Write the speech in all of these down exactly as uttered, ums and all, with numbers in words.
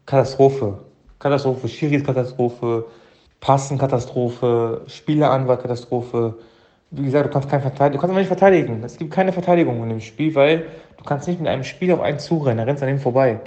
Katastrophe. Katastrophe, Schiris Katastrophe, Passen Katastrophe, Spieleranwahl Katastrophe. Wie gesagt, du kannst keinen verteidigen, du kannst aber nicht verteidigen. Es gibt keine Verteidigung in dem Spiel, weil du kannst nicht mit einem Spiel auf einen zurennen, da rennst du an ihm vorbei.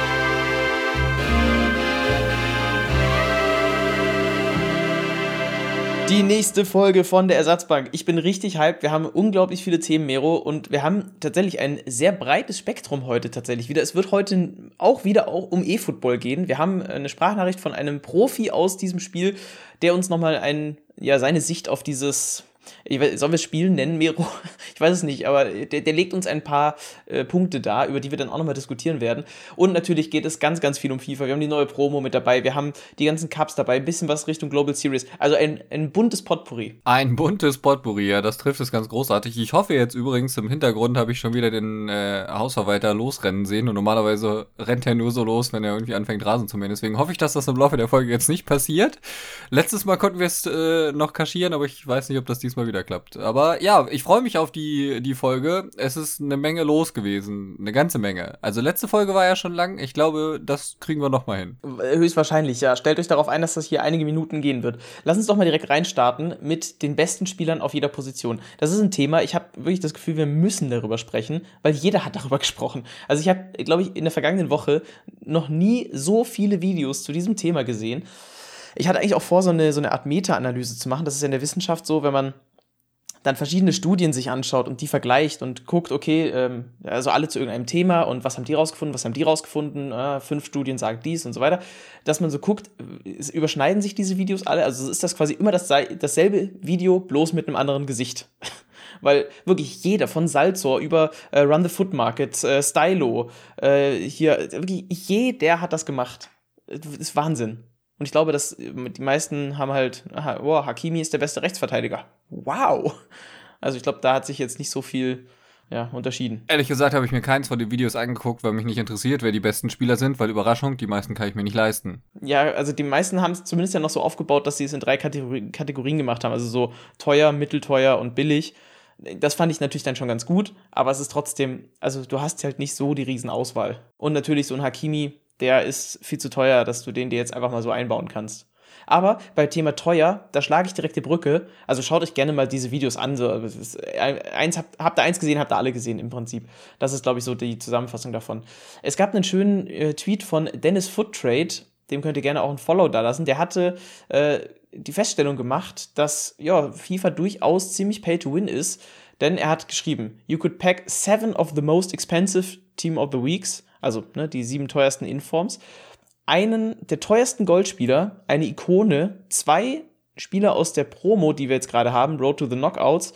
Die nächste Folge von der Ersatzbank. Ich bin richtig hyped. Wir haben unglaublich viele Themen, Mero, und wir haben tatsächlich ein sehr breites Spektrum heute tatsächlich wieder. Es wird heute auch wieder auch um E-Football gehen. Wir haben eine Sprachnachricht von einem Profi aus diesem Spiel, der uns nochmal ein, ja, seine Sicht auf dieses, ich weiß, sollen wir es Spiel nennen, Mero? Ich weiß es nicht, aber der, der legt uns ein paar äh, Punkte dar, über die wir dann auch nochmal diskutieren werden. Und natürlich geht es ganz, ganz viel um FIFA. Wir haben die neue Promo mit dabei, wir haben die ganzen Cups dabei, ein bisschen was Richtung Global Series. Also ein, ein buntes Potpourri. Ein buntes Potpourri, ja, das trifft es ganz großartig. Ich hoffe jetzt übrigens, im Hintergrund habe ich schon wieder den äh, Hausverwalter losrennen sehen. Und normalerweise rennt er nur so los, wenn er irgendwie anfängt, Rasen zu mähen. Deswegen hoffe ich, dass das im Laufe der Folge jetzt nicht passiert. Letztes Mal konnten wir es äh, noch kaschieren, aber ich weiß nicht, ob das diesmal wieder klappt. Aber ja, ich freue mich auf die, die Folge. Es ist eine Menge los gewesen. Eine ganze Menge. Also letzte Folge war ja schon lang. Ich glaube, das kriegen wir noch mal hin. Höchstwahrscheinlich, ja. Stellt euch darauf ein, dass das hier einige Minuten gehen wird. Lass uns doch mal direkt reinstarten mit den besten Spielern auf jeder Position. Das ist ein Thema, ich habe wirklich das Gefühl, wir müssen darüber sprechen, weil jeder hat darüber gesprochen. Also ich habe, glaube ich, in der vergangenen Woche noch nie so viele Videos zu diesem Thema gesehen. Ich hatte eigentlich auch vor, so eine, so eine Art Meta-Analyse zu machen. Das ist ja in der Wissenschaft so, wenn man dann verschiedene Studien sich anschaut und die vergleicht und guckt, okay, ähm, also alle zu irgendeinem Thema und was haben die rausgefunden, was haben die rausgefunden, äh, fünf Studien sagen dies und so weiter, dass man so guckt, überschneiden sich diese Videos alle, also ist das quasi immer das, dasselbe Video, bloß mit einem anderen Gesicht. Weil wirklich jeder, von Salzor über äh, Run the Foot Market, äh, Stylo, äh, hier, wirklich jeder hat das gemacht. Das ist Wahnsinn. Und ich glaube, dass die meisten haben halt, aha, wow, Hakimi ist der beste Rechtsverteidiger. Wow. Also ich glaube, da hat sich jetzt nicht so viel ja, unterschieden. Ehrlich gesagt habe ich mir keins von den Videos angeguckt, weil mich nicht interessiert, wer die besten Spieler sind, weil Überraschung, die meisten kann ich mir nicht leisten. Ja, also die meisten haben es zumindest ja noch so aufgebaut, dass sie es in drei Kategorien, Kategorien gemacht haben. Also so teuer, mittelteuer und billig. Das fand ich natürlich dann schon ganz gut, aber es ist trotzdem, also du hast halt nicht so die Riesenauswahl. Und natürlich so ein Hakimi, der ist viel zu teuer, dass du den dir jetzt einfach mal so einbauen kannst. Aber bei Thema teuer, da schlage ich direkt die Brücke. Also schaut euch gerne mal diese Videos an. So, eins, habt, habt ihr eins gesehen, habt ihr alle gesehen im Prinzip. Das ist, glaube ich, so die Zusammenfassung davon. Es gab einen schönen äh, Tweet von Dennis Foottrade, dem könnt ihr gerne auch ein Follow da lassen. Der hatte äh, die Feststellung gemacht, dass ja, FIFA durchaus ziemlich pay to win ist. Denn er hat geschrieben, you could pack seven of the most expensive Team of the Weeks, also ne, die sieben teuersten Informs, einen der teuersten Goldspieler, eine Ikone, zwei Spieler aus der Promo, die wir jetzt gerade haben, Road to the Knockouts,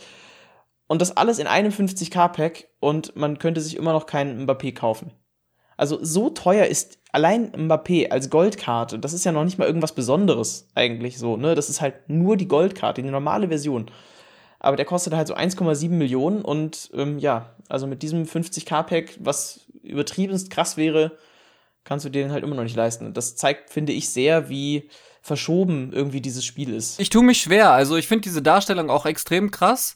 und das alles in einem fünfzig-K-Pack und man könnte sich immer noch keinen Mbappé kaufen. Also so teuer ist allein Mbappé als Goldkarte, das ist ja noch nicht mal irgendwas Besonderes eigentlich so, ne? Das ist halt nur die Goldkarte, die normale Version. Aber der kostet halt so eins Komma sieben Millionen und ähm, ja, also mit diesem fünfzig-K-Pack, was übertriebenst krass wäre, kannst du dir den halt immer noch nicht leisten. Das zeigt, finde ich, sehr, wie verschoben irgendwie dieses Spiel ist. Ich tue mich schwer, also ich finde diese Darstellung auch extrem krass.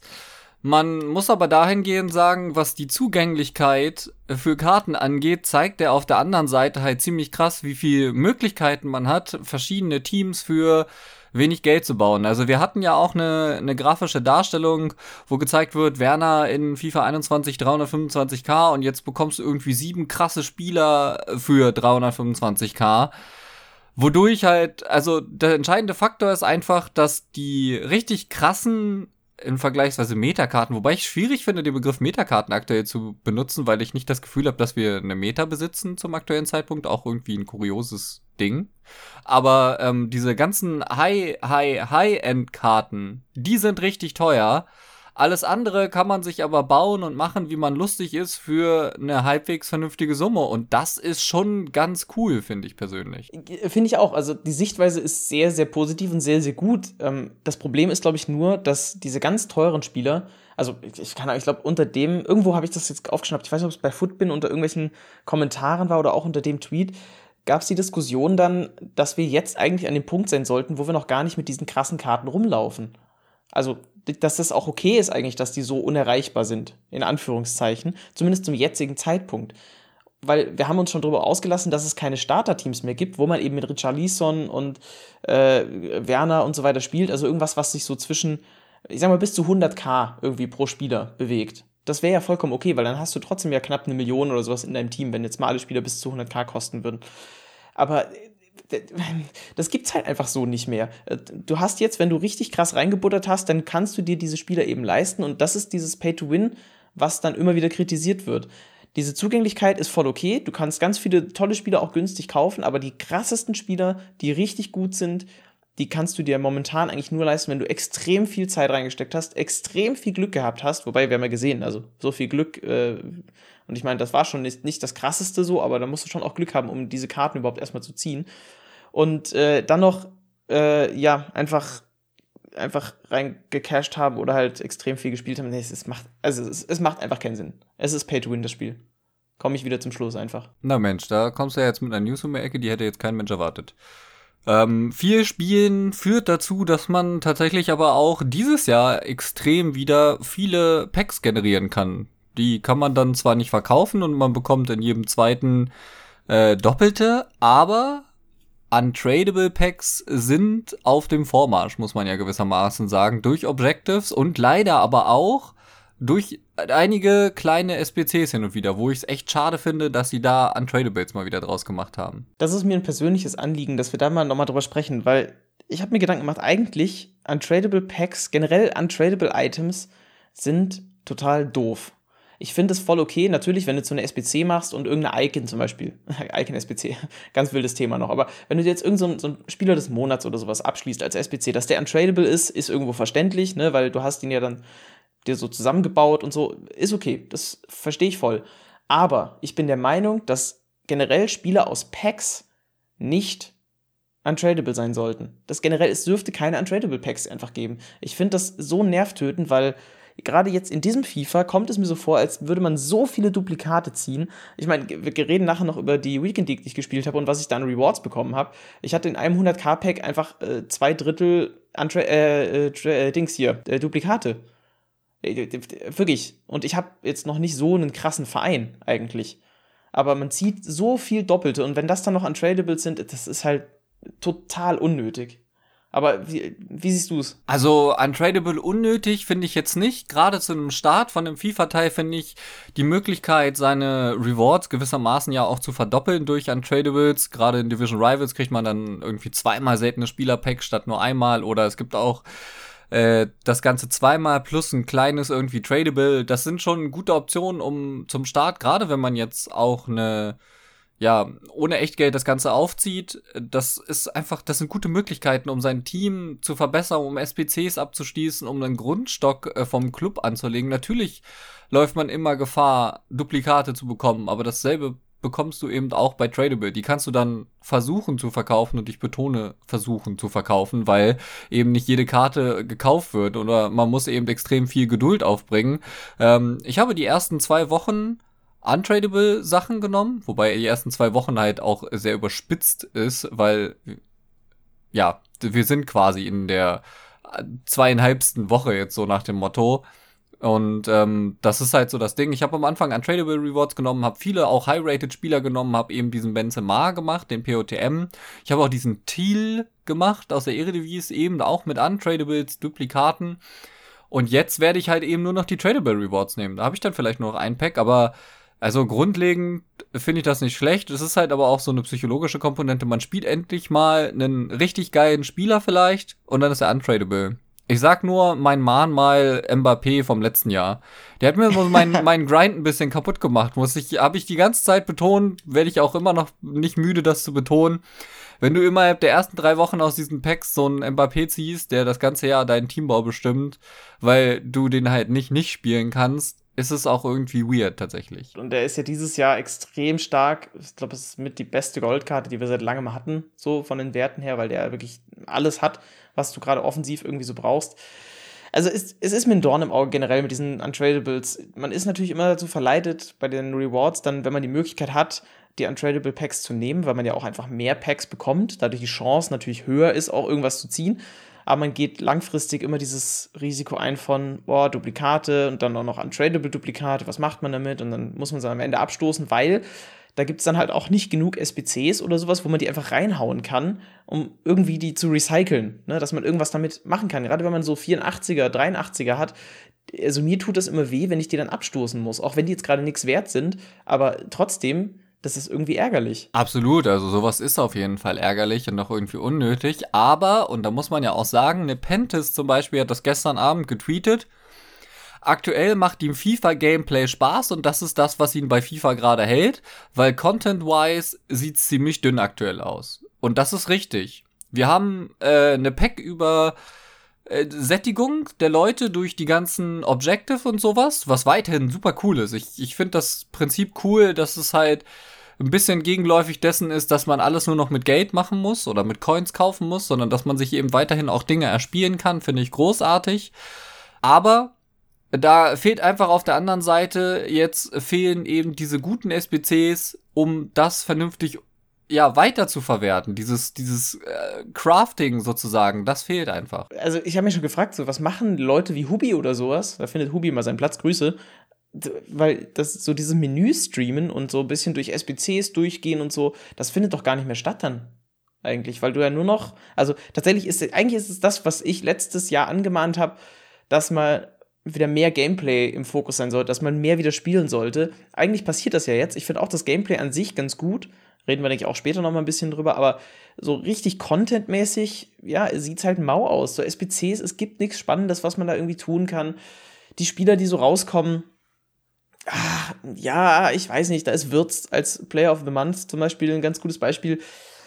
Man muss aber dahingehend sagen, was die Zugänglichkeit für Karten angeht, zeigt er auf der anderen Seite halt ziemlich krass, wie viele Möglichkeiten man hat, verschiedene Teams für wenig Geld zu bauen. Also wir hatten ja auch eine, eine grafische Darstellung, wo gezeigt wird, Werner in FIFA einundzwanzig dreihundertfünfundzwanzig K und jetzt bekommst du irgendwie sieben krasse Spieler für dreihundertfünfundzwanzig K. Wodurch halt, also der entscheidende Faktor ist einfach, dass die richtig krassen in vergleichsweise Metakarten, wobei ich schwierig finde, den Begriff Metakarten aktuell zu benutzen, weil ich nicht das Gefühl habe, dass wir eine Meta besitzen zum aktuellen Zeitpunkt, auch irgendwie ein kurioses Ding. Aber ähm, diese ganzen High, High, High-End-Karten, die sind richtig teuer. Alles andere kann man sich aber bauen und machen, wie man lustig ist, für eine halbwegs vernünftige Summe. Und das ist schon ganz cool, finde ich persönlich. Finde ich auch. Also die Sichtweise ist sehr, sehr positiv und sehr, sehr gut. Ähm, das Problem ist, glaube ich, nur, dass diese ganz teuren Spieler, also ich kann, ich glaube, unter dem, irgendwo habe ich das jetzt aufgeschnappt, ich weiß nicht, ob es bei Footbin unter irgendwelchen Kommentaren war oder auch unter dem Tweet, gab es die Diskussion dann, dass wir jetzt eigentlich an dem Punkt sein sollten, wo wir noch gar nicht mit diesen krassen Karten rumlaufen. Also, dass das auch okay ist eigentlich, dass die so unerreichbar sind, in Anführungszeichen, zumindest zum jetzigen Zeitpunkt. weil wir haben uns schon darüber ausgelassen, dass es keine Starter-Teams mehr gibt, wo man eben mit Richarlison und äh, Werner und so weiter spielt. Also irgendwas, was sich so zwischen, ich sag mal, bis zu hunderttausend irgendwie pro Spieler bewegt. Das wäre ja vollkommen okay, weil dann hast du trotzdem ja knapp eine Million oder sowas in deinem Team, wenn jetzt mal alle Spieler bis zu hunderttausend kosten würden. Aber das gibt's halt einfach so nicht mehr. Du hast jetzt, wenn du richtig krass reingebuttert hast, dann kannst du dir diese Spieler eben leisten und das ist dieses Pay-to-Win, was dann immer wieder kritisiert wird. Diese Zugänglichkeit ist voll okay, du kannst ganz viele tolle Spieler auch günstig kaufen, aber die krassesten Spieler, die richtig gut sind, die kannst du dir momentan eigentlich nur leisten, wenn du extrem viel Zeit reingesteckt hast, extrem viel Glück gehabt hast, wobei wir haben ja gesehen, also so viel Glück, äh, und ich meine, das war schon nicht, nicht das Krasseste so, aber da musst du schon auch Glück haben, um diese Karten überhaupt erstmal zu ziehen. Und äh, dann noch, äh, ja, einfach, einfach reingecasht haben oder halt extrem viel gespielt haben. Nee, es, es macht, also es, es macht einfach keinen Sinn. Es ist Pay-to-Win, das Spiel. Komme ich wieder zum Schluss einfach. Na Mensch, da kommst du ja jetzt mit einer News um die Ecke, die hätte jetzt kein Mensch erwartet. Ähm, viel Spielen führt dazu, dass man tatsächlich aber auch dieses Jahr extrem wieder viele Packs generieren kann. Die kann man dann zwar nicht verkaufen und man bekommt in jedem zweiten äh, Doppelte, aber untradable Packs sind auf dem Vormarsch, muss man ja gewissermaßen sagen, durch Objectives und leider aber auch durch einige kleine S P Cs hin und wieder, wo ich es echt schade finde, dass sie da Untradables mal wieder draus gemacht haben. Das ist mir ein persönliches Anliegen, dass wir da mal nochmal drüber sprechen, weil ich habe mir Gedanken gemacht, eigentlich untradable Packs, generell untradable Items sind total doof. Ich finde es voll okay, natürlich, wenn du so eine S P C machst und irgendeine Icon zum Beispiel, Icon-S P C, ganz wildes Thema noch, aber wenn du jetzt irgendeinen so, so einen Spieler des Monats oder sowas abschließt als S P C, dass der untradable ist, ist irgendwo verständlich, ne, weil du hast ihn ja dann dir so zusammengebaut und so, ist okay, das verstehe ich voll. Aber ich bin der Meinung, dass generell Spieler aus Packs nicht untradable sein sollten. Das generell, es dürfte keine untradable Packs einfach geben. Ich finde das so nervtötend, weil gerade jetzt in diesem FIFA kommt es mir so vor, als würde man so viele Duplikate ziehen. Ich meine, wir reden nachher noch über die Weekend League, die ich gespielt habe und was ich da an Rewards bekommen habe. Ich hatte in einem hundert-K-Pack einfach äh, zwei Drittel Untra- äh, äh, Dings hier, äh, Duplikate. Äh, wirklich. Und ich habe jetzt noch nicht so einen krassen Verein eigentlich. Aber man zieht so viel Doppelte und wenn das dann noch untradables sind, das ist halt total unnötig. Aber wie, wie siehst du es? Also untradable unnötig finde ich jetzt nicht. Gerade zu einem Start von einem FIFA-Teil finde ich die Möglichkeit, seine Rewards gewissermaßen ja auch zu verdoppeln durch Untradables. Gerade in Division Rivals kriegt man dann irgendwie zweimal seltene Spieler-Pack statt nur einmal. Oder es gibt auch äh, das Ganze zweimal plus ein kleines irgendwie Tradable. Das sind schon gute Optionen um zum Start, gerade wenn man jetzt auch eine ja, ohne Echtgeld das Ganze aufzieht, das ist einfach, das sind gute Möglichkeiten, um sein Team zu verbessern, um S P Cs abzuschließen, um einen Grundstock äh, vom Club anzulegen. Natürlich läuft man immer Gefahr, Duplikate zu bekommen, aber dasselbe bekommst du eben auch bei Tradable. Die kannst du dann versuchen zu verkaufen und ich betone versuchen zu verkaufen, weil eben nicht jede Karte gekauft wird oder man muss eben extrem viel Geduld aufbringen. Ähm, ich habe die ersten zwei Wochen untradable Sachen genommen, wobei die ersten zwei Wochen halt auch sehr überspitzt ist, weil, ja, wir sind quasi in der zweieinhalbsten Woche jetzt so nach dem Motto und ähm, das ist halt so das Ding. Ich habe am Anfang untradable Rewards genommen, habe viele auch High-Rated Spieler genommen, habe eben diesen Benzema gemacht, den P O T M. Ich habe auch diesen Thiel gemacht aus der Eredivisie, eben auch mit Untradables, Duplikaten. Und jetzt werde ich halt eben nur noch die Tradable Rewards nehmen. Da habe ich dann vielleicht nur noch ein Pack, aber also grundlegend finde ich das nicht schlecht. Es ist halt aber auch so eine psychologische Komponente. Man spielt endlich mal einen richtig geilen Spieler vielleicht und dann ist er untradable. Ich sag nur, mein Mahnmal Mbappé vom letzten Jahr. Der hat mir so meinen mein Grind ein bisschen kaputt gemacht. Muss ich, habe ich die ganze Zeit betont, werde ich auch immer noch nicht müde, das zu betonen. Wenn du innerhalb der ersten drei Wochen aus diesen Packs so einen Mbappé ziehst, der das ganze Jahr deinen Teambau bestimmt, weil du den halt nicht nicht spielen kannst, ist es auch irgendwie weird tatsächlich. Und der ist ja dieses Jahr extrem stark. Ich glaube, es ist mit die beste Goldkarte, die wir seit langem hatten, so von den Werten her, weil der wirklich alles hat, was du gerade offensiv irgendwie so brauchst. Also es, es ist mir ein Dorn im Auge generell mit diesen Untradables. Man ist natürlich immer dazu verleitet, bei den Rewards dann, wenn man die Möglichkeit hat, die Untradable Packs zu nehmen, weil man ja auch einfach mehr Packs bekommt, dadurch die Chance natürlich höher ist, auch irgendwas zu ziehen. Aber man geht langfristig immer dieses Risiko ein von, boah, Duplikate und dann auch noch Untradable Duplikate, was macht man damit? Und dann muss man sie am Ende abstoßen, weil da gibt es dann halt auch nicht genug S B Cs oder sowas, wo man die einfach reinhauen kann, um irgendwie die zu recyceln, ne? Dass man irgendwas damit machen kann. Gerade wenn man so vierundachtziger, dreiundachtziger hat, also mir tut das immer weh, wenn ich die dann abstoßen muss, auch wenn die jetzt gerade nichts wert sind, aber trotzdem, das ist irgendwie ärgerlich. Absolut, also sowas ist auf jeden Fall ärgerlich und auch irgendwie unnötig, aber, und da muss man ja auch sagen, Nepenthes zum Beispiel hat das gestern Abend getweetet, aktuell macht ihm FIFA-Gameplay Spaß und das ist das, was ihn bei FIFA gerade hält, weil Content-wise sieht es ziemlich dünn aktuell aus. Und das ist richtig. Wir haben äh, eine Pack über äh, Sättigung der Leute durch die ganzen Objective und sowas, was weiterhin super cool ist. Ich, ich finde das Prinzip cool, dass es halt ein bisschen gegenläufig dessen ist, dass man alles nur noch mit Geld machen muss oder mit Coins kaufen muss, sondern dass man sich eben weiterhin auch Dinge erspielen kann, finde ich großartig. Aber da fehlt einfach auf der anderen Seite, jetzt fehlen eben diese guten S B Cs, um das vernünftig ja, weiter zu verwerten. Dieses, dieses äh, Crafting sozusagen, das fehlt einfach. Also ich habe mich schon gefragt, so, was machen Leute wie Hubi oder sowas? Da findet Hubi mal seinen Platz, Grüße. D- Weil das so dieses Menü streamen und so ein bisschen durch S B Cs durchgehen und so, das findet doch gar nicht mehr statt dann. Eigentlich, weil du ja nur noch, also tatsächlich ist, eigentlich ist es das, was ich letztes Jahr angemahnt habe, dass mal wieder mehr Gameplay im Fokus sein sollte, dass man mehr wieder spielen sollte. Eigentlich passiert das ja jetzt. Ich finde auch das Gameplay an sich ganz gut. Reden wir, denke ich, auch später noch mal ein bisschen drüber. Aber so richtig contentmäßig, ja, sieht es halt mau aus. So S B Cs, es gibt nichts Spannendes, was man da irgendwie tun kann. Die Spieler, die so rauskommen, ah, ja, ich weiß nicht, da ist Wirtz als Player of the Month zum Beispiel ein ganz gutes Beispiel.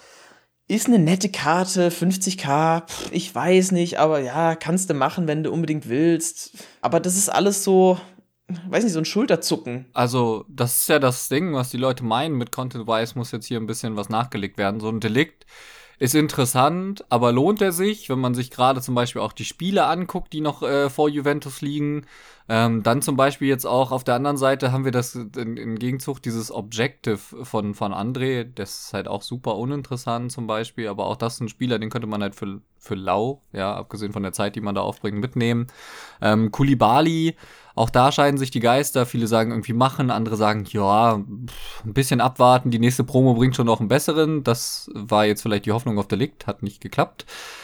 Ist eine nette Karte, fünfzig K, pf, ich weiß nicht, aber ja, kannst du machen, wenn du unbedingt willst. Aber das ist alles so, weiß nicht, so ein Schulterzucken. Also, das ist ja das Ding, was die Leute meinen mit Content-wise, muss jetzt hier ein bisschen was nachgelegt werden. So ein Delikt ist interessant, aber lohnt er sich, wenn man sich gerade zum Beispiel auch die Spiele anguckt, die noch äh, vor Juventus liegen. Ähm, dann zum Beispiel jetzt auch auf der anderen Seite haben wir das in, im Gegenzug dieses Objective von, von André, das ist halt auch super uninteressant zum Beispiel, aber auch das ist ein Spieler, den könnte man halt für, für lau, ja, abgesehen von der Zeit, die man da aufbringt, mitnehmen. Ähm, Koulibaly, auch da scheiden sich die Geister, viele sagen irgendwie machen, andere sagen, ja, pff, ein bisschen abwarten, die nächste Promo bringt schon noch einen besseren, das war jetzt vielleicht die Hoffnung auf Delikt, hat nicht geklappt.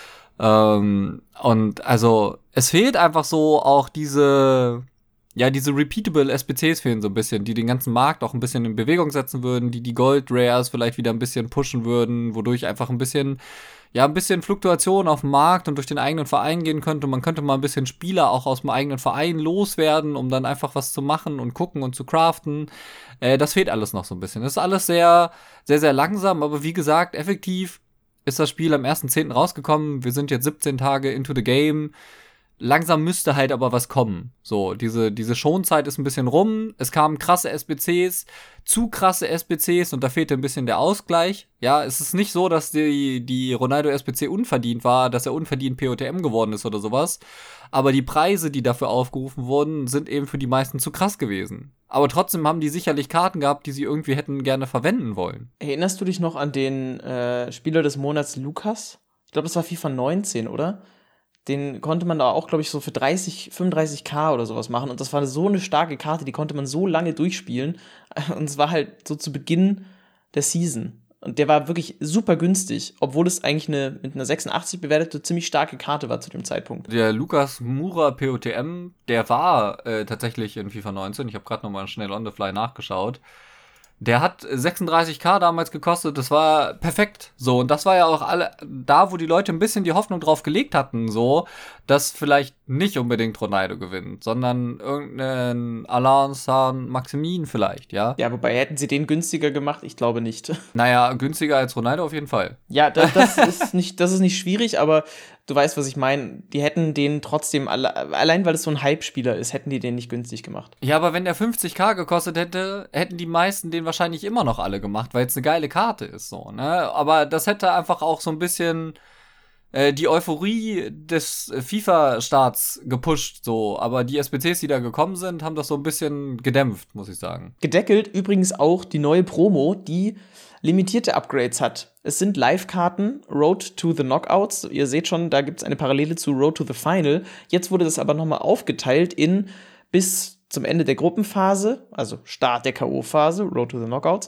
Ähm, und also, es fehlt einfach so auch diese, ja, diese repeatable S B Cs fehlen so ein bisschen, die den ganzen Markt auch ein bisschen in Bewegung setzen würden, die die Gold Rares vielleicht wieder ein bisschen pushen würden, wodurch einfach ein bisschen, ja, ein bisschen Fluktuation auf dem Markt und durch den eigenen Verein gehen könnte. Man könnte mal ein bisschen Spieler auch aus dem eigenen Verein loswerden, um dann einfach was zu machen und gucken und zu craften. Äh, das fehlt alles noch so ein bisschen. Das ist alles sehr, sehr, sehr langsam, aber wie gesagt, effektiv ist das Spiel am ersten zehnten rausgekommen. Wir sind jetzt siebzehn Tage into the game. Langsam müsste halt aber was kommen. So, diese, diese Schonzeit ist ein bisschen rum. Es kamen krasse S B Cs, zu krasse S B Cs und da fehlte ein bisschen der Ausgleich. Ja, es ist nicht so, dass die, die Ronaldo S B C unverdient war, dass er unverdient P O T M geworden ist oder sowas. Aber die Preise, die dafür aufgerufen wurden, sind eben für die meisten zu krass gewesen. Aber trotzdem haben die sicherlich Karten gehabt, die sie irgendwie hätten gerne verwenden wollen. Erinnerst du dich noch an den äh, Spieler des Monats Lukas? Ich glaube, das war FIFA neunzehn, oder? Den konnte man da auch, glaube ich, so für dreißig, fünfunddreißig K oder sowas machen. Und das war so eine starke Karte, die konnte man so lange durchspielen. Und es war halt so zu Beginn der Season. Und der war wirklich super günstig, obwohl es eigentlich eine mit einer sechsundachtzig bewertete ziemlich starke Karte war zu dem Zeitpunkt. Der Lukas Moura P O T M, der war äh, tatsächlich in FIFA neunzehn. Ich habe gerade nochmal schnell on the fly nachgeschaut. Der hat sechsunddreißig K damals gekostet, das war perfekt. So, und das war ja auch alle da, wo die Leute ein bisschen die Hoffnung drauf gelegt hatten, so, dass vielleicht nicht unbedingt Ronaldo gewinnt, sondern irgendein Alain Saint-Maximin vielleicht, ja. Ja, wobei hätten sie den günstiger gemacht, ich glaube nicht. Naja, günstiger als Ronaldo auf jeden Fall. Ja, das, das, ist, nicht, das ist nicht schwierig, aber du weißt, was ich meine. Die hätten den trotzdem, alle, allein weil es so ein Hype-Spieler ist, hätten die den nicht günstig gemacht. Ja, aber wenn der fünfzig K gekostet hätte, hätten die meisten den wahrscheinlich immer noch alle gemacht, weil es eine geile Karte ist, so, ne? Aber das hätte einfach auch so ein bisschen äh, die Euphorie des äh, FIFA-Starts gepusht, so. Aber die S B Cs, die da gekommen sind, haben das so ein bisschen gedämpft, muss ich sagen. Gedeckelt übrigens auch die neue Promo, die limitierte Upgrades hat. Es sind Live-Karten, Road to the Knockouts. Ihr seht schon, da gibt es eine Parallele zu Road to the Final. Jetzt wurde das aber nochmal aufgeteilt in bis zum Ende der Gruppenphase, also Start der K O-Phase, Road to the Knockouts,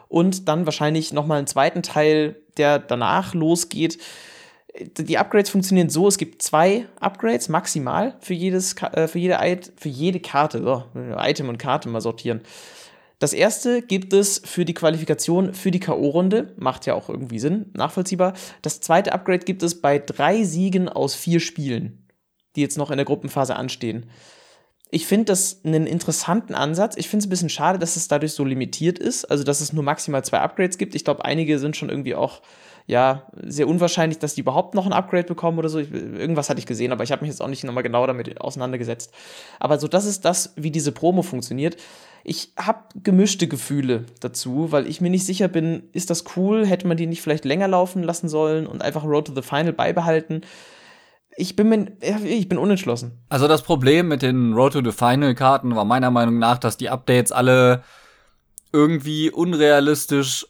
und dann wahrscheinlich nochmal einen zweiten Teil, der danach losgeht. Die Upgrades funktionieren so, es gibt zwei Upgrades maximal für, jedes, äh, für, jede, für jede Karte. So, Item und Karte mal sortieren. Das erste gibt es für die Qualifikation für die K O-Runde. Macht ja auch irgendwie Sinn, nachvollziehbar. Das zweite Upgrade gibt es bei drei Siegen aus vier Spielen, die jetzt noch in der Gruppenphase anstehen. Ich finde das einen interessanten Ansatz. Ich finde es ein bisschen schade, dass es dadurch so limitiert ist. Also, dass es nur maximal zwei Upgrades gibt. Ich glaube, einige sind schon irgendwie auch ja, sehr unwahrscheinlich, dass die überhaupt noch ein Upgrade bekommen oder so. Ich, irgendwas hatte ich gesehen, aber ich habe mich jetzt auch nicht nochmal genau damit auseinandergesetzt. Aber so, das ist das, wie diese Promo funktioniert. Ich habe gemischte Gefühle dazu, weil ich mir nicht sicher bin, ist das cool? Hätte man die nicht vielleicht länger laufen lassen sollen und einfach Road to the Final beibehalten? Ich bin, mir, ich bin unentschlossen. Also das Problem mit den Road to the Final Karten war meiner Meinung nach, dass die Updates alle irgendwie unrealistisch,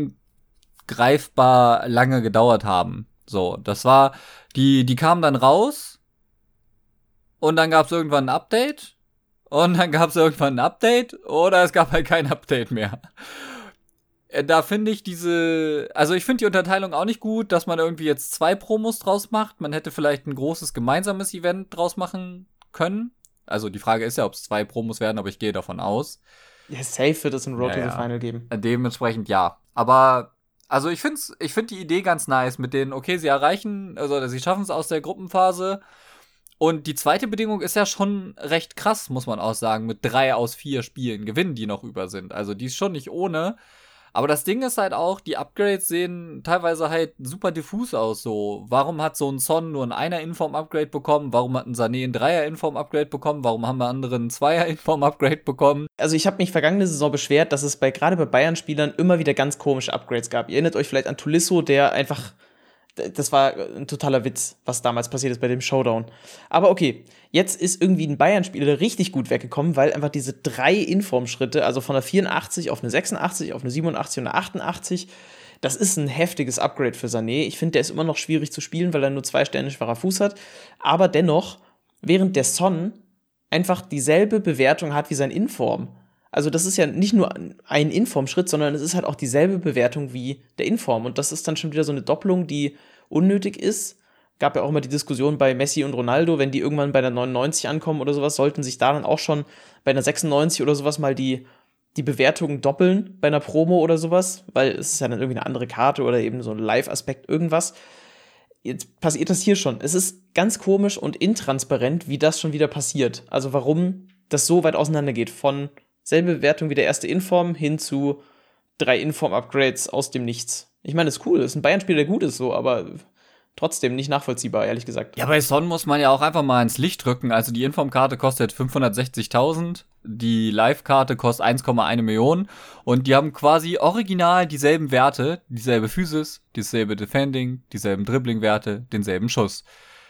ungreifbar lange gedauert haben. So, das war, die, die kamen dann raus und dann gab es irgendwann ein Update und dann gab es irgendwann ein Update oder es gab halt kein Update mehr. Da finde ich diese, also ich finde die Unterteilung auch nicht gut, dass man irgendwie jetzt zwei Promos draus macht. Man hätte vielleicht ein großes gemeinsames Event draus machen können. Also die Frage ist ja, ob es zwei Promos werden, aber ich gehe davon aus. Ja, safe wird es ein Road ja, to the ja. Final geben. Dementsprechend ja. Aber, also ich finde ich find die Idee ganz nice mit denen, okay, sie erreichen, also sie schaffen es aus der Gruppenphase. Und die zweite Bedingung ist ja schon recht krass, muss man auch sagen. Mit drei aus vier Spielen gewinnen, die noch über sind. Also die ist schon nicht ohne. Aber das Ding ist halt auch, die Upgrades sehen teilweise halt super diffus aus, so. Warum hat so ein Son nur ein Einer-Inform-Upgrade bekommen? Warum hat ein Sané ein Dreier-Inform-Upgrade bekommen? Warum haben wir andere ein Zweier-Inform-Upgrade bekommen? Also ich habe mich vergangene Saison beschwert, dass es bei gerade bei Bayern-Spielern immer wieder ganz komische Upgrades gab. Ihr erinnert euch vielleicht an Tolisso, der einfach, das war ein totaler Witz, was damals passiert ist bei dem Showdown. Aber okay, jetzt ist irgendwie ein Bayern-Spieler richtig gut weggekommen, weil einfach diese drei Inform-Schritte, also von einer vierundachtzig auf eine sechsundachtzig, auf eine siebenundachtzig und eine achtundachtzig, das ist ein heftiges Upgrade für Sané. Ich finde, der ist immer noch schwierig zu spielen, weil er nur zwei Sterne schwacher Fuß hat. Aber dennoch, während der Son einfach dieselbe Bewertung hat wie sein Inform. Also das ist ja nicht nur ein Inform-Schritt, sondern es ist halt auch dieselbe Bewertung wie der Inform. Und das ist dann schon wieder so eine Doppelung, die unnötig ist. Gab ja auch immer die Diskussion bei Messi und Ronaldo, wenn die irgendwann bei der neunundneunzig ankommen oder sowas, sollten sich da dann auch schon bei einer sechsundneunzig oder sowas mal die, die Bewertungen doppeln bei einer Promo oder sowas, weil es ist ja dann irgendwie eine andere Karte oder eben so ein Live-Aspekt, irgendwas. Jetzt passiert das hier schon. Es ist ganz komisch und intransparent, wie das schon wieder passiert. Also warum das so weit auseinander geht. Von selbe Bewertung wie der erste Inform hin zu drei Inform-Upgrades aus dem Nichts. Ich meine, das ist cool. Das ist ein Bayern-Spieler, der gut ist, so, aber trotzdem nicht nachvollziehbar, ehrlich gesagt. Ja, bei Son muss man ja auch einfach mal ins Licht rücken. Also die Inform-Karte kostet fünfhundertsechzigtausend, die Live-Karte kostet eins Komma eins Millionen und die haben quasi original dieselben Werte, dieselbe Physis, dieselbe Defending, dieselben Dribbling-Werte, denselben Schuss.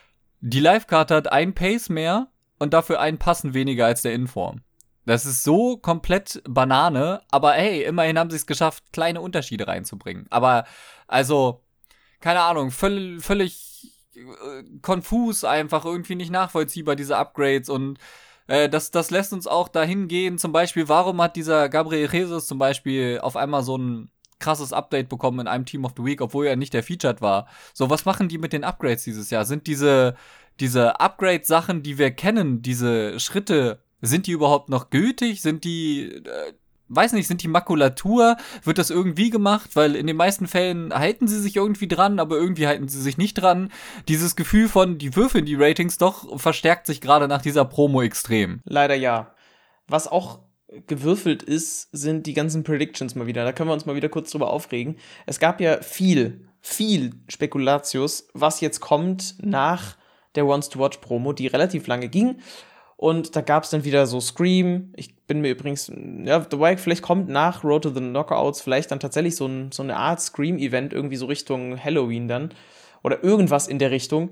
Die Live-Karte hat einen Pace mehr und dafür einen Passen weniger als der Inform. Das ist so komplett Banane, aber hey, immerhin haben sie es geschafft, kleine Unterschiede reinzubringen. Aber, also, keine Ahnung, völlig, völlig äh, konfus einfach, irgendwie nicht nachvollziehbar, diese Upgrades. Und äh, das, das lässt uns auch dahin gehen, zum Beispiel, warum hat dieser Gabriel Jesus zum Beispiel auf einmal so ein krasses Update bekommen in einem Team of the Week, obwohl er nicht der Featured war. So, was machen die mit den Upgrades dieses Jahr? Sind diese, diese Upgrade-Sachen, die wir kennen, diese Schritte, sind die überhaupt noch gültig? Sind die, äh, weiß nicht, sind die Makulatur? Wird das irgendwie gemacht? Weil in den meisten Fällen halten sie sich irgendwie dran, aber irgendwie halten sie sich nicht dran. Dieses Gefühl von, die würfeln die Ratings doch, verstärkt sich gerade nach dieser Promo extrem. Leider ja. Was auch gewürfelt ist, sind die ganzen Predictions mal wieder. Da können wir uns mal wieder kurz drüber aufregen. Es gab ja viel, viel Spekulatius, was jetzt kommt nach der Wants-to-Watch-Promo, die relativ lange ging. Und da gab es dann wieder so Scream. Ich bin mir übrigens, ja, wobei vielleicht kommt nach Road to the Knockouts vielleicht dann tatsächlich so, ein, so eine Art Scream-Event irgendwie so Richtung Halloween dann. Oder irgendwas in der Richtung.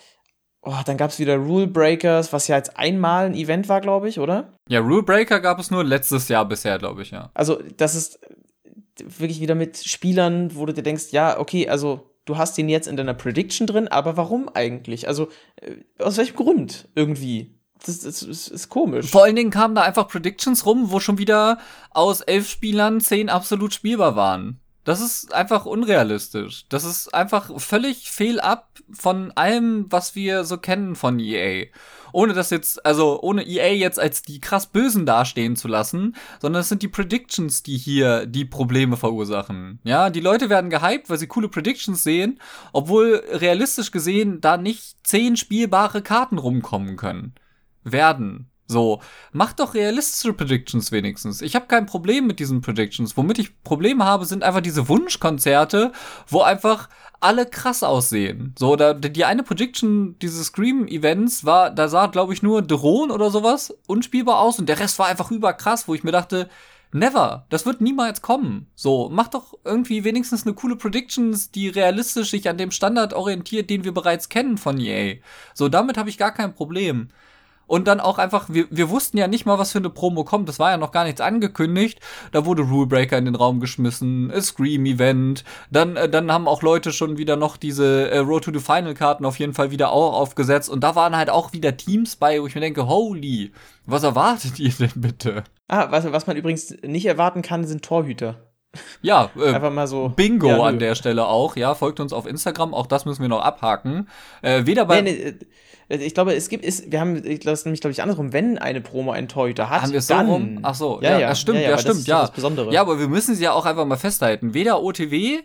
Oh, dann gab es wieder Rule Breakers, was ja jetzt einmal ein Event war, glaube ich, oder? Ja, Rule Breaker gab es nur letztes Jahr bisher, glaube ich, ja. Also das ist wirklich wieder mit Spielern, wo du dir denkst, ja, okay, also du hast den jetzt in deiner Prediction drin, aber warum eigentlich? Also aus welchem Grund irgendwie? Das, das, das ist komisch. Vor allen Dingen kamen da einfach Predictions rum, wo schon wieder aus elf Spielern zehn absolut spielbar waren. Das ist einfach unrealistisch. Das ist einfach völlig fehlab von allem, was wir so kennen von E A. Ohne das jetzt, also ohne E A jetzt als die krass Bösen dastehen zu lassen, sondern es sind die Predictions, die hier die Probleme verursachen. Ja, die Leute werden gehypt, weil sie coole Predictions sehen, obwohl realistisch gesehen da nicht zehn spielbare Karten rumkommen können. Werden. So, macht doch realistische Predictions wenigstens. Ich habe kein Problem mit diesen Predictions. Womit ich Probleme habe, sind einfach diese Wunschkonzerte, wo einfach alle krass aussehen. So, da, die eine Prediction dieses Scream-Events war, da sah, glaube ich, nur Drohnen oder sowas unspielbar aus und der Rest war einfach überkrass, wo ich mir dachte, never, das wird niemals kommen. So, mach doch irgendwie wenigstens eine coole Predictions, die realistisch sich an dem Standard orientiert, den wir bereits kennen von E A. So, damit habe ich gar kein Problem. Und dann auch einfach, wir, wir wussten ja nicht mal, was für eine Promo kommt. Das war ja noch gar nichts angekündigt. Da wurde Rulebreaker in den Raum geschmissen, a Scream-Event. Dann, äh, dann haben auch Leute schon wieder noch diese äh, Road to the Final-Karten auf jeden Fall wieder auch aufgesetzt. Und da waren halt auch wieder Teams bei, wo ich mir denke, holy, was erwartet ihr denn bitte? Ah, was, was man übrigens nicht erwarten kann, sind Torhüter. Ja, äh, einfach mal so. Bingo ja, an der Stelle auch. Ja, folgt uns auf Instagram. Auch das müssen wir noch abhaken. Äh, weder bei... Nee, nee, ich glaube, es gibt, ist, wir haben, das ist nämlich, glaube ich, andersrum, wenn eine Promo einen Torhüter hat, haben wir es so dann, rum? Ach so, ja, ja, ja, das stimmt, ja, ja, ja, das stimmt, ist ja. das Besondere. Ja, aber wir müssen sie ja auch einfach mal festhalten. Weder O T W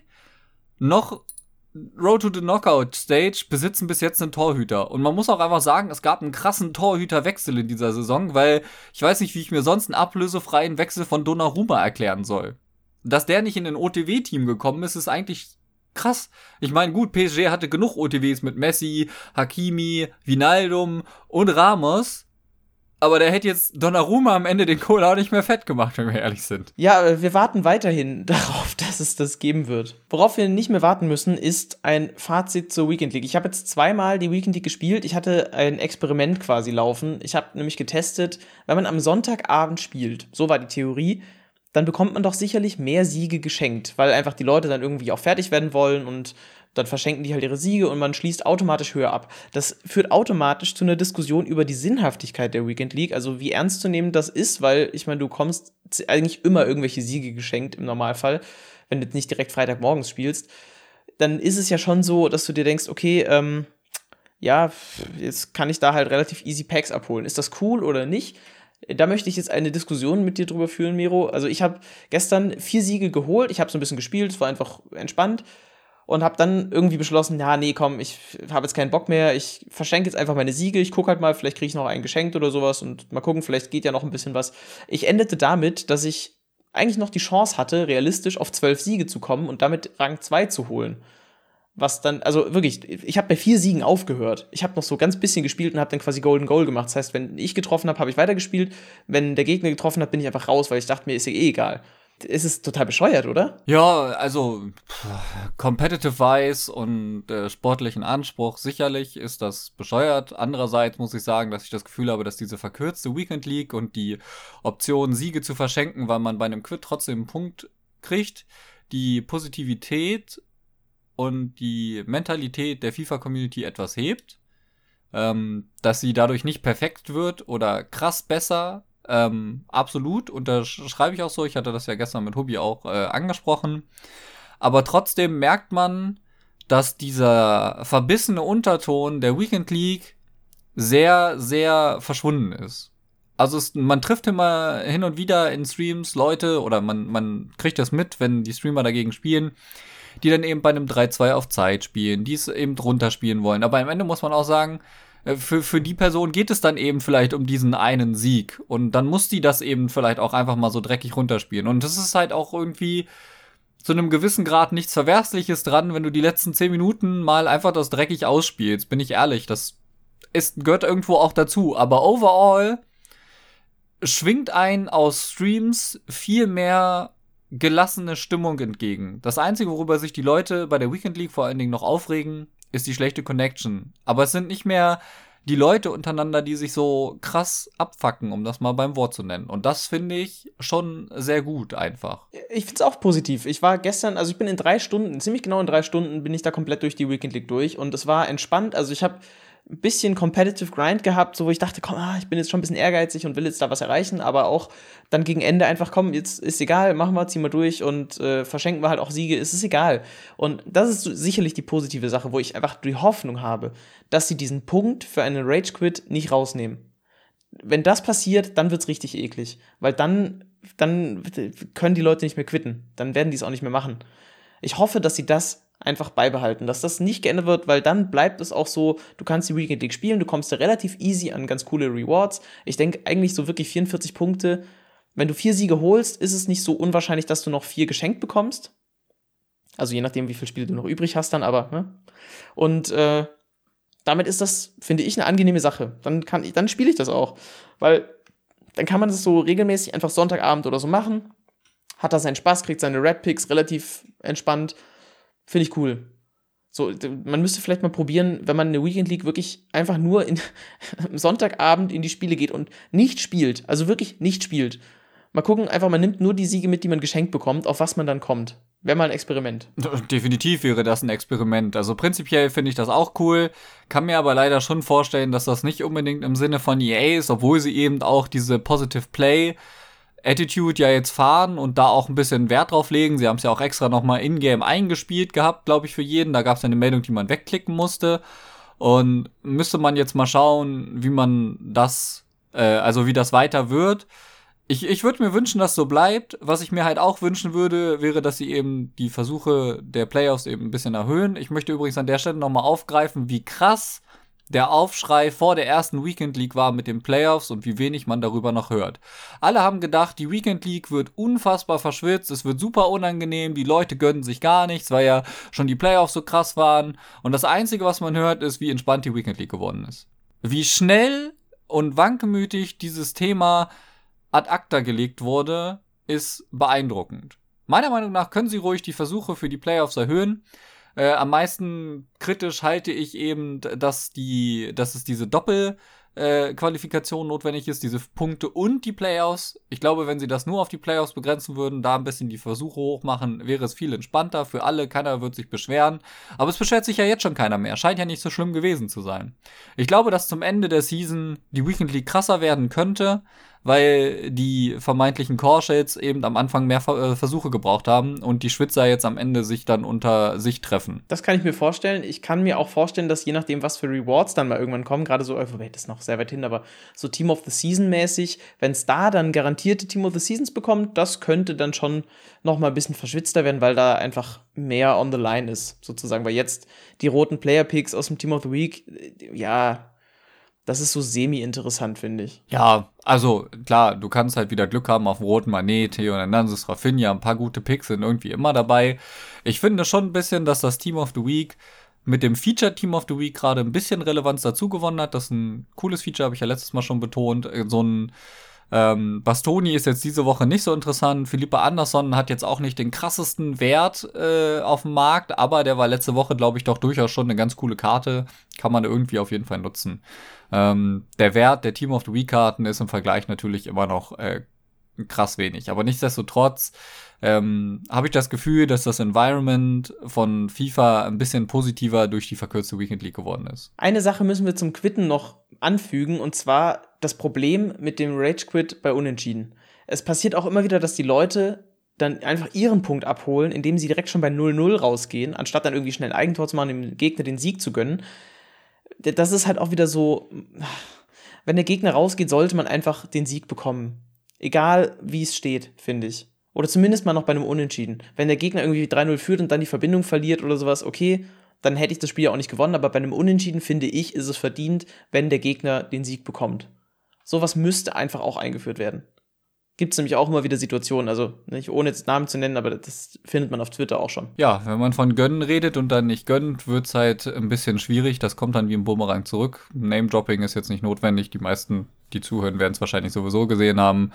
noch Road to the Knockout Stage besitzen bis jetzt einen Torhüter. Und man muss auch einfach sagen, es gab einen krassen Torhüterwechsel in dieser Saison, weil ich weiß nicht, wie ich mir sonst einen ablösefreien Wechsel von Donnarumma erklären soll. Dass der nicht in ein O T W-Team gekommen ist, ist eigentlich krass. Ich meine, gut, P S G hatte genug O T Ws mit Messi, Hakimi, Wijnaldum und Ramos. Aber der hätte jetzt Donnarumma am Ende den Kohl auch nicht mehr fett gemacht, wenn wir ehrlich sind. Ja, wir warten weiterhin darauf, dass es das geben wird. Worauf wir nicht mehr warten müssen, ist ein Fazit zur Weekend League. Ich habe jetzt zweimal die Weekend League gespielt. Ich hatte ein Experiment quasi laufen. Ich habe nämlich getestet, wenn man am Sonntagabend spielt, so war die Theorie, dann bekommt man doch sicherlich mehr Siege geschenkt, weil einfach die Leute dann irgendwie auch fertig werden wollen und dann verschenken die halt ihre Siege und man schließt automatisch höher ab. Das führt automatisch zu einer Diskussion über die Sinnhaftigkeit der Weekend League, also wie ernst zu nehmen das ist, weil ich meine, du kommst eigentlich immer irgendwelche Siege geschenkt im Normalfall, wenn du jetzt nicht direkt Freitagmorgens spielst, dann ist es ja schon so, dass du dir denkst, okay, ähm, ja, jetzt kann ich da halt relativ easy Packs abholen. Ist das cool oder nicht? Da möchte ich jetzt eine Diskussion mit dir drüber führen, Miro. Also ich habe gestern vier Siege geholt, ich habe so ein bisschen gespielt, es war einfach entspannt und habe dann irgendwie beschlossen, ja, nee, komm, ich habe jetzt keinen Bock mehr, ich verschenke jetzt einfach meine Siege, ich gucke halt mal, vielleicht kriege ich noch einen geschenkt oder sowas und mal gucken, vielleicht geht ja noch ein bisschen was. Ich endete damit, dass ich eigentlich noch die Chance hatte, realistisch auf zwölf Siege zu kommen und damit Rang zwei zu holen. Was dann, also wirklich, ich habe bei vier Siegen aufgehört. Ich habe noch so ganz bisschen gespielt und habe dann quasi Golden Goal gemacht. Das heißt, wenn ich getroffen habe, habe ich weitergespielt. Wenn der Gegner getroffen hat, bin ich einfach raus, weil ich dachte mir, ist ja eh egal. Es ist total bescheuert, oder? Ja, also competitive-wise und äh, sportlichen Anspruch sicherlich ist das bescheuert. Andererseits muss ich sagen, dass ich das Gefühl habe, dass diese verkürzte Weekend League und die Option, Siege zu verschenken, weil man bei einem Quid trotzdem einen Punkt kriegt, die Positivität und die Mentalität der FIFA-Community etwas hebt, ähm, dass sie dadurch nicht perfekt wird oder krass besser, ähm, absolut, unterschreibe ich auch so, ich hatte das ja gestern mit Hubi auch äh, angesprochen, aber trotzdem merkt man, dass dieser verbissene Unterton der Weekend League sehr, sehr verschwunden ist. Also es, man trifft immer hin und wieder in Streams Leute oder man, man kriegt das mit, wenn die Streamer dagegen spielen, die dann eben bei einem drei zwei auf Zeit spielen, die es eben drunter spielen wollen. Aber am Ende muss man auch sagen, für, für die Person geht es dann eben vielleicht um diesen einen Sieg. Und dann muss die das eben vielleicht auch einfach mal so dreckig runterspielen. Und das ist halt auch irgendwie zu einem gewissen Grad nichts Verwerfliches dran, wenn du die letzten zehn Minuten mal einfach das dreckig ausspielst. Bin ich ehrlich, das ist, gehört irgendwo auch dazu. Aber overall schwingt ein aus Streams viel mehr gelassene Stimmung entgegen. Das Einzige, worüber sich die Leute bei der Weekend League vor allen Dingen noch aufregen, ist die schlechte Connection. Aber es sind nicht mehr die Leute untereinander, die sich so krass abfacken, um das mal beim Wort zu nennen. Und das finde ich schon sehr gut einfach. Ich finde es auch positiv. Ich war gestern, also ich bin in drei Stunden, ziemlich genau in drei Stunden bin ich da komplett durch die Weekend League durch und es war entspannt. Also ich habe ein bisschen Competitive Grind gehabt, so wo ich dachte, komm, ah, ich bin jetzt schon ein bisschen ehrgeizig und will jetzt da was erreichen, aber auch dann gegen Ende einfach, komm, jetzt ist egal, machen wir, ziehen wir durch und äh, verschenken wir halt auch Siege, es ist egal. Und das ist so sicherlich die positive Sache, wo ich einfach die Hoffnung habe, dass sie diesen Punkt für einen Rage-Quit nicht rausnehmen. Wenn das passiert, dann wird's richtig eklig, weil dann, dann können die Leute nicht mehr quitten, dann werden die es auch nicht mehr machen. Ich hoffe, dass sie das einfach beibehalten, dass das nicht geändert wird, weil dann bleibt es auch so, du kannst die Weekend League spielen, du kommst da relativ easy an ganz coole Rewards. Ich denke eigentlich so wirklich vierundvierzig Punkte. Wenn du vier Siege holst, ist es nicht so unwahrscheinlich, dass du noch vier geschenkt bekommst. Also je nachdem, wie viele Spiele du noch übrig hast dann, aber, ne? Und äh, damit ist das, finde ich, eine angenehme Sache. Dann kann ich, dann spiele ich das auch, weil dann kann man das so regelmäßig einfach Sonntagabend oder so machen, hat da seinen Spaß, kriegt seine Red Picks relativ entspannt. Finde ich cool. So, man müsste vielleicht mal probieren, wenn man eine Weekend League wirklich einfach nur in, am Sonntagabend in die Spiele geht und nicht spielt, also wirklich nicht spielt. Mal gucken, einfach, man nimmt nur die Siege mit, die man geschenkt bekommt, auf was man dann kommt. Wäre mal ein Experiment. Definitiv wäre das ein Experiment. Also prinzipiell finde ich das auch cool, kann mir aber leider schon vorstellen, dass das nicht unbedingt im Sinne von E A ist, obwohl sie eben auch diese Positive Play Attitude ja jetzt fahren und da auch ein bisschen Wert drauf legen. Sie haben es ja auch extra nochmal in-game eingespielt gehabt, glaube ich, für jeden. Da gab es eine Meldung, die man wegklicken musste. Und müsste man jetzt mal schauen, wie man das, äh, also wie das weiter wird. Ich, ich würde mir wünschen, dass es so bleibt. Was ich mir halt auch wünschen würde, wäre, dass sie eben die Versuche der Playoffs eben ein bisschen erhöhen. Ich möchte übrigens an der Stelle nochmal aufgreifen, wie krass der Aufschrei vor der ersten Weekend League war mit den Playoffs und wie wenig man darüber noch hört. Alle haben gedacht, die Weekend League wird unfassbar verschwitzt, es wird super unangenehm, die Leute gönnen sich gar nichts, weil ja schon die Playoffs so krass waren. Und das Einzige, was man hört, ist, wie entspannt die Weekend League geworden ist. Wie schnell und wankelmütig dieses Thema ad acta gelegt wurde, ist beeindruckend. Meiner Meinung nach können sie ruhig die Versuche für die Playoffs erhöhen. Äh, am meisten kritisch halte ich eben, dass die, dass es diese Doppelqualifikation äh, notwendig ist, diese Punkte und die Playoffs. Ich glaube, wenn sie das nur auf die Playoffs begrenzen würden, da ein bisschen die Versuche hochmachen, wäre es viel entspannter für alle. Keiner wird sich beschweren. Aber es beschwert sich ja jetzt schon keiner mehr. Scheint ja nicht so schlimm gewesen zu sein. Ich glaube, dass zum Ende der Season die Weekend League krasser werden könnte, weil die vermeintlichen Core-Shades eben am Anfang mehr Ver- äh, Versuche gebraucht haben und die Schwitzer jetzt am Ende sich dann unter sich treffen. Das kann ich mir vorstellen. Ich kann mir auch vorstellen, dass je nachdem, was für Rewards dann mal irgendwann kommen, gerade so, oh, wait, das ist noch sehr weit hin, aber so Team of the Season mäßig, wenn es da dann garantierte Team of the Seasons bekommt, das könnte dann schon noch mal ein bisschen verschwitzter werden, weil da einfach mehr on the line ist, sozusagen. Weil jetzt die roten Player-Picks aus dem Team of the Week, ja, das ist so semi-interessant, finde ich. Ja, also klar, du kannst halt wieder Glück haben auf dem roten Manet, Theo Hernandez, Rafinha, ein paar gute Picks sind irgendwie immer dabei. Ich finde schon ein bisschen, dass das Team of the Week mit dem Feature Team of the Week gerade ein bisschen Relevanz dazu gewonnen hat. Das ist ein cooles Feature, habe ich ja letztes Mal schon betont. So ein ähm, Bastoni ist jetzt diese Woche nicht so interessant. Philippa Anderson hat jetzt auch nicht den krassesten Wert äh, auf dem Markt, aber der war letzte Woche, glaube ich, doch durchaus schon eine ganz coole Karte. Kann man irgendwie auf jeden Fall nutzen. Ähm, der Wert der Team of the Week-Karten ist im Vergleich natürlich immer noch äh, krass wenig. Aber nichtsdestotrotz ähm, habe ich das Gefühl, dass das Environment von FIFA ein bisschen positiver durch die verkürzte Weekend League geworden ist. Eine Sache müssen wir zum Quitten noch anfügen, und zwar das Problem mit dem Rage Quit bei Unentschieden. Es passiert auch immer wieder, dass die Leute dann einfach ihren Punkt abholen, indem sie direkt schon bei null null rausgehen, anstatt dann irgendwie schnell ein Eigentor zu machen, dem Gegner den Sieg zu gönnen. Das ist halt auch wieder so, wenn der Gegner rausgeht, sollte man einfach den Sieg bekommen. Egal, wie es steht, finde ich. Oder zumindest mal noch bei einem Unentschieden. Wenn der Gegner irgendwie drei null führt und dann die Verbindung verliert oder sowas, okay, dann hätte ich das Spiel ja auch nicht gewonnen. Aber bei einem Unentschieden, finde ich, ist es verdient, wenn der Gegner den Sieg bekommt. Sowas müsste einfach auch eingeführt werden. Gibt es nämlich auch immer wieder Situationen, also nicht ohne jetzt Namen zu nennen, aber das findet man auf Twitter auch schon. Ja, wenn man von gönnen redet und dann nicht gönnt, wird es halt ein bisschen schwierig. Das kommt dann wie ein Bumerang zurück. Name-Dropping ist jetzt nicht notwendig. Die meisten, die zuhören, werden es wahrscheinlich sowieso gesehen haben.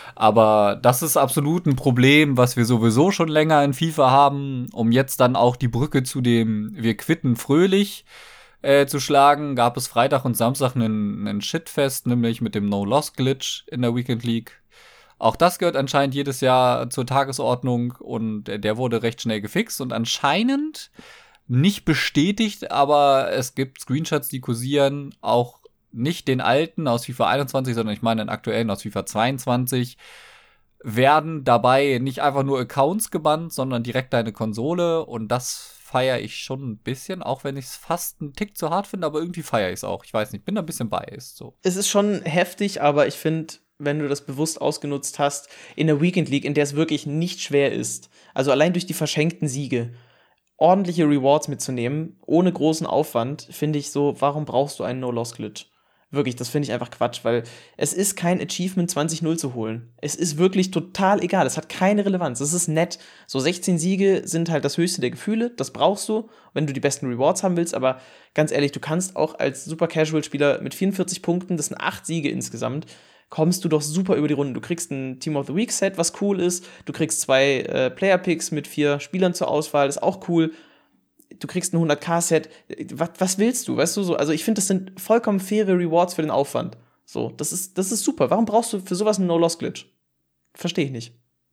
Aber das ist absolut ein Problem, was wir sowieso schon länger in FIFA haben. Um jetzt dann auch die Brücke zu dem Wir quitten fröhlich äh, zu schlagen, gab es Freitag und Samstag einen, einen Shitfest, nämlich mit dem No-Loss-Glitch in der Weekend League. Auch das gehört anscheinend jedes Jahr zur Tagesordnung und der wurde recht schnell gefixt und anscheinend nicht bestätigt, aber es gibt Screenshots, die kursieren, auch nicht den alten aus FIFA einundzwanzig, sondern ich meine den aktuellen aus FIFA zweiundzwanzig, werden dabei nicht einfach nur Accounts gebannt, sondern direkt deine Konsole und das feiere ich schon ein bisschen, auch wenn ich es fast einen Tick zu hart finde, aber irgendwie feiere ich es auch. Ich weiß nicht, bin da ein bisschen biased. So. Es ist schon heftig, aber ich finde, wenn du das bewusst ausgenutzt hast, in der Weekend League, in der es wirklich nicht schwer ist, also allein durch die verschenkten Siege, ordentliche Rewards mitzunehmen, ohne großen Aufwand, finde ich so, warum brauchst du einen No-Loss-Glitch? Wirklich, das finde ich einfach Quatsch, weil es ist kein Achievement, zwanzig null zu holen. Es ist wirklich total egal, es hat keine Relevanz, es ist nett. So sechzehn Siege sind halt das höchste der Gefühle, das brauchst du, wenn du die besten Rewards haben willst, aber ganz ehrlich, du kannst auch als Super-Casual-Spieler mit vierundvierzig Punkten, das sind acht Siege insgesamt, kommst du doch super über die Runden. Du kriegst ein Team of the Week Set, was cool ist, du kriegst zwei äh, Player-Picks mit vier Spielern zur Auswahl, ist auch cool. Du kriegst ein hundert K Set, was, was willst du, weißt du so? Also ich finde, das sind vollkommen faire Rewards für den Aufwand. So, das ist, das ist super. Warum brauchst du für sowas einen No-Loss-Glitch? Verstehe ich nicht.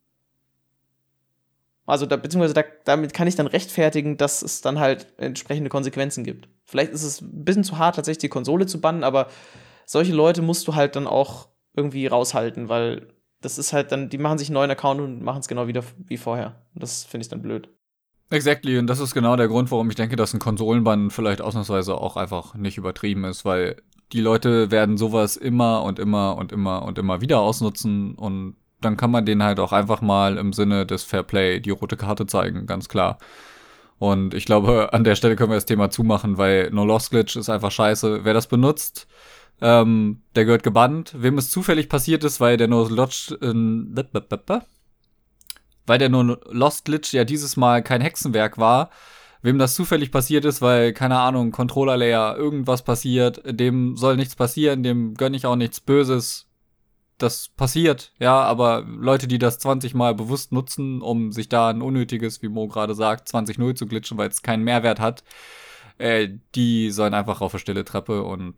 Also, da, beziehungsweise da, damit kann ich dann rechtfertigen, dass es dann halt entsprechende Konsequenzen gibt. Vielleicht ist es ein bisschen zu hart, tatsächlich die Konsole zu bannen, aber solche Leute musst du halt dann auch irgendwie raushalten, weil das ist halt dann, die machen sich einen neuen Account und machen es genau wieder wie vorher. Und das finde ich dann blöd. Exactly, und das ist genau der Grund, warum ich denke, dass ein Konsolenbann vielleicht ausnahmsweise auch einfach nicht übertrieben ist, weil die Leute werden sowas immer und immer und immer und immer wieder ausnutzen und dann kann man denen halt auch einfach mal im Sinne des Fairplay die rote Karte zeigen, ganz klar. Und ich glaube, an der Stelle können wir das Thema zumachen, weil No-Loss-Glitch ist einfach scheiße. Wer das benutzt, ähm, der gehört gebannt. Wem es zufällig passiert ist, weil der No-Loss äh, weil der No-Loss-Glitch ja dieses Mal kein Hexenwerk war, wem das zufällig passiert ist, weil, keine Ahnung, Controller-Layer, irgendwas passiert, dem soll nichts passieren, dem gönn ich auch nichts Böses. Das passiert, ja, aber Leute, die das zwanzig Mal bewusst nutzen, um sich da ein unnötiges, wie Mo gerade sagt, zwanzig null zu glitchen, weil es keinen Mehrwert hat, äh, die sollen einfach auf eine stille Treppe und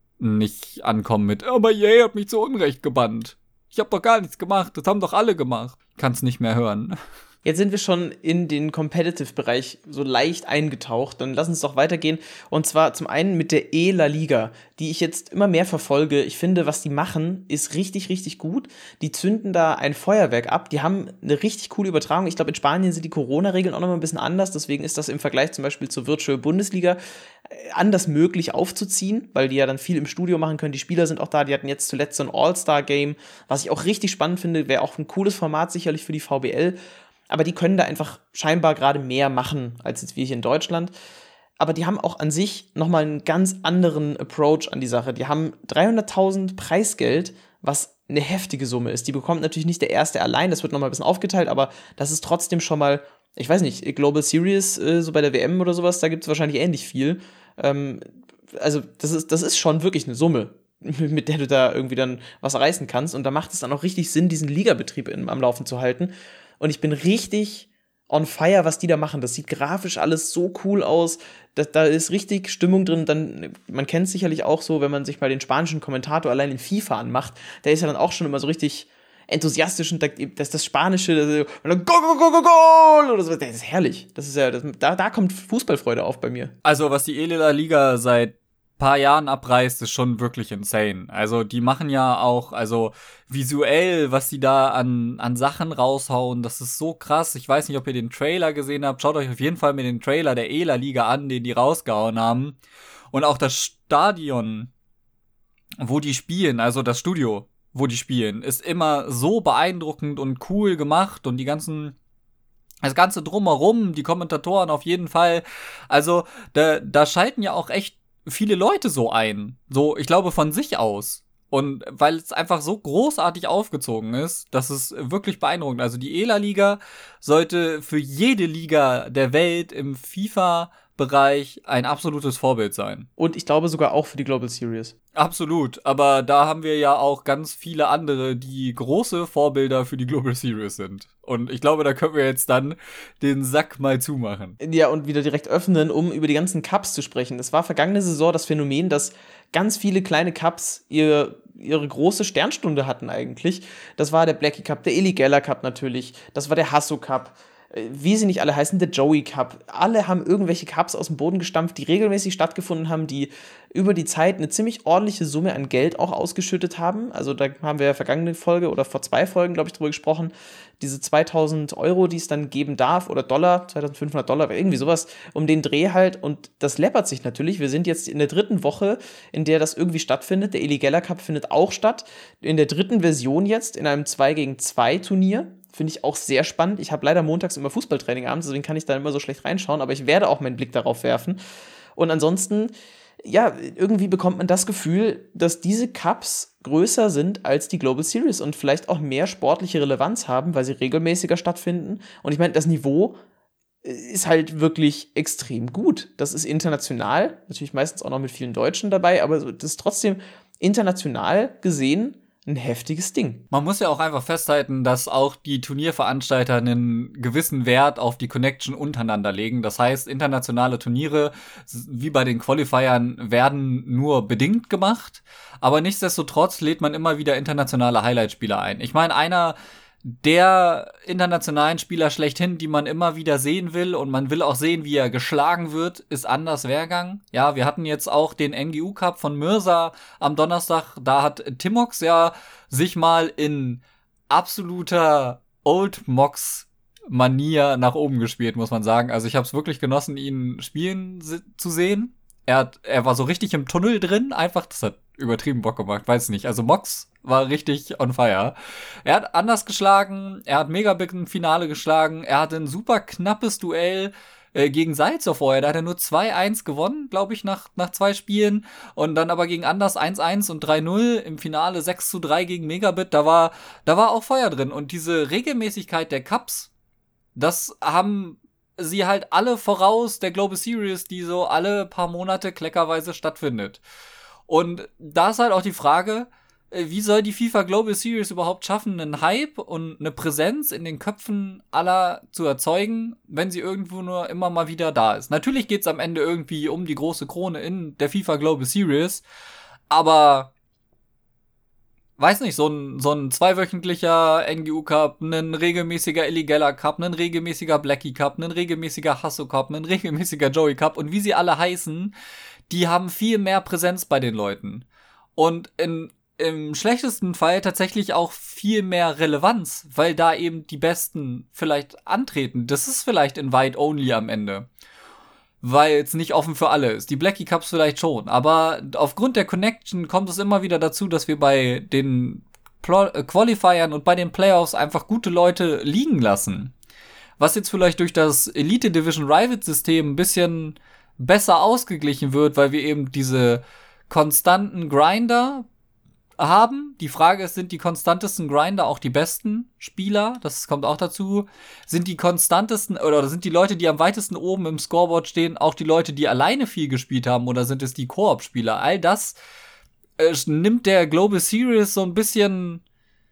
nicht ankommen mit, aber oh, ihr habt mich zu Unrecht gebannt. Ich hab doch gar nichts gemacht, das haben doch alle gemacht. Kann's nicht mehr hören. Jetzt sind wir schon in den Competitive-Bereich so leicht eingetaucht. Dann lass uns doch weitergehen. Und zwar zum einen mit der E-La Liga, die ich jetzt immer mehr verfolge. Ich finde, was die machen, ist richtig, richtig gut. Die zünden da ein Feuerwerk ab. Die haben eine richtig coole Übertragung. Ich glaube, in Spanien sind die Corona-Regeln auch noch mal ein bisschen anders. Deswegen ist das im Vergleich zum Beispiel zur Virtual Bundesliga anders möglich aufzuziehen, weil die ja dann viel im Studio machen können. Die Spieler sind auch da. Die hatten jetzt zuletzt so ein All-Star-Game, was ich auch richtig spannend finde. Wäre auch ein cooles Format sicherlich für die V B L. Aber die können da einfach scheinbar gerade mehr machen, als jetzt wir hier in Deutschland. Aber die haben auch an sich nochmal einen ganz anderen Approach an die Sache. Die haben dreihunderttausend Preisgeld, was eine heftige Summe ist. Die bekommt natürlich nicht der Erste allein, das wird nochmal ein bisschen aufgeteilt, aber das ist trotzdem schon mal, ich weiß nicht, Global Series, äh, so bei der W M oder sowas, da gibt es wahrscheinlich ähnlich viel. Ähm, also das ist, das ist schon wirklich eine Summe, mit der du da irgendwie dann was reißen kannst. Und da macht es dann auch richtig Sinn, diesen Ligabetrieb in, am Laufen zu halten. Und ich bin richtig on fire, was die da machen. Das sieht grafisch alles so cool aus. Da, da ist richtig Stimmung drin. Dann, man kennt es sicherlich auch so, wenn man sich mal den spanischen Kommentator allein in FIFA anmacht. Der ist ja dann auch schon immer so richtig enthusiastisch und das, das Spanische, das, und dann Go, Go, Go, Go, Go! Oder so. Das ist herrlich. Das ist ja, das, da, da kommt Fußballfreude auf bei mir. Also, was die E-La Liga seit paar Jahren abreißt, ist schon wirklich insane. Also die machen ja auch, also visuell, was die da an, an Sachen raushauen, das ist so krass. Ich weiß nicht, ob ihr den Trailer gesehen habt. Schaut euch auf jeden Fall mir den Trailer der E-La Liga an, den die rausgehauen haben. Und auch das Stadion, wo die spielen, also das Studio, wo die spielen, ist immer so beeindruckend und cool gemacht und die ganzen das ganze Drumherum, die Kommentatoren auf jeden Fall. Also da, da schalten ja auch echt viele Leute so ein. So, ich glaube, von sich aus. Und weil es einfach so großartig aufgezogen ist, das ist wirklich beeindruckend. Also die E-La Liga sollte für jede Liga der Welt im FIFA-Bereich ein absolutes Vorbild sein. Und ich glaube sogar auch für die Global Series. Absolut, aber da haben wir ja auch ganz viele andere, die große Vorbilder für die Global Series sind. Und ich glaube, da können wir jetzt dann den Sack mal zumachen. Ja, und wieder direkt öffnen, um über die ganzen Cups zu sprechen. Es war vergangene Saison das Phänomen, dass ganz viele kleine Cups ihr, ihre große Sternstunde hatten eigentlich. Das war der Blackie Cup, der Eli Geller Cup natürlich, das war der Hasso Cup. wie sie nicht alle heißen, der Joey Cup. Alle haben irgendwelche Cups aus dem Boden gestampft, die regelmäßig stattgefunden haben, die über die Zeit eine ziemlich ordentliche Summe an Geld auch ausgeschüttet haben. Also da haben wir ja vergangene Folge oder vor zwei Folgen, glaube ich, drüber gesprochen. Diese zweitausend Euro, die es dann geben darf, oder Dollar, zweitausendfünfhundert Dollar, irgendwie sowas, um den Dreh halt. Und das läppert sich natürlich. Wir sind jetzt in der dritten Woche, in der das irgendwie stattfindet. Der Eligella Cup findet auch statt. In der dritten Version jetzt, in einem zwei gegen zwei Turnier. Finde ich auch sehr spannend. Ich habe leider montags immer Fußballtraining abends, deswegen kann ich da immer so schlecht reinschauen, aber ich werde auch meinen Blick darauf werfen. Und ansonsten, ja, irgendwie bekommt man das Gefühl, dass diese Cups größer sind als die Global Series und vielleicht auch mehr sportliche Relevanz haben, weil sie regelmäßiger stattfinden. Und ich meine, das Niveau ist halt wirklich extrem gut. Das ist international, natürlich meistens auch noch mit vielen Deutschen dabei, aber das ist trotzdem international gesehen ein heftiges Ding. Man muss ja auch einfach festhalten, dass auch die Turnierveranstalter einen gewissen Wert auf die Connection untereinander legen. Das heißt, internationale Turniere, wie bei den Qualifiern, werden nur bedingt gemacht. Aber nichtsdestotrotz lädt man immer wieder internationale Highlight-Spieler ein. Ich meine, einer der internationalen Spieler schlechthin, die man immer wieder sehen will, und man will auch sehen, wie er geschlagen wird, ist Anders Wergang. Ja, wir hatten jetzt auch den N G U Cup von Mirza am Donnerstag. Da hat Timox ja sich mal in absoluter Old Mox Manier nach oben gespielt, muss man sagen. Also ich habe es wirklich genossen, ihn spielen se- zu sehen. Er, hat, er war so richtig im Tunnel drin, einfach, das hat übertrieben Bock gemacht, weiß nicht. Also Mox war richtig on fire. Er hat Anders geschlagen, er hat Megabig im Finale geschlagen, er hatte ein super knappes Duell äh, gegen Salzer vorher. Da hat er nur zwei eins gewonnen, glaube ich, nach, nach zwei Spielen. Und dann aber gegen Anders eins eins und drei null, im Finale sechs zu drei gegen Megabit. Da war, da war auch Feuer drin. Und diese Regelmäßigkeit der Cups, das haben sie halt alle voraus der Global Series, die so alle paar Monate kleckerweise stattfindet. Und da ist halt auch die Frage, wie soll die FIFA Global Series überhaupt schaffen, einen Hype und eine Präsenz in den Köpfen aller zu erzeugen, wenn sie irgendwo nur immer mal wieder da ist. Natürlich geht's am Ende irgendwie um die große Krone in der FIFA Global Series, aber weiß nicht, so ein, so ein zweiwöchentlicher N G U Cup, ein regelmäßiger Eligella Cup, ein regelmäßiger Blackie Cup, ein regelmäßiger Hasso Cup, ein regelmäßiger Joey Cup und wie sie alle heißen, die haben viel mehr Präsenz bei den Leuten. Und in im schlechtesten Fall tatsächlich auch viel mehr Relevanz, weil da eben die Besten vielleicht antreten. Das ist vielleicht Invite Only am Ende, weil es nicht offen für alle ist. Die Blackie Cups vielleicht schon, aber aufgrund der Connection kommt es immer wieder dazu, dass wir bei den Pl- äh, Qualifiern und bei den Playoffs einfach gute Leute liegen lassen. Was jetzt vielleicht durch das Elite Division Rivals System ein bisschen besser ausgeglichen wird, weil wir eben diese konstanten Grinder haben. Die Frage ist, sind die konstantesten Grinder auch die besten Spieler? Das kommt auch dazu. Sind die konstantesten oder sind die Leute, die am weitesten oben im Scoreboard stehen, auch die Leute, die alleine viel gespielt haben, oder sind es die Koop-Spieler? All das äh, nimmt der Global Series so ein bisschen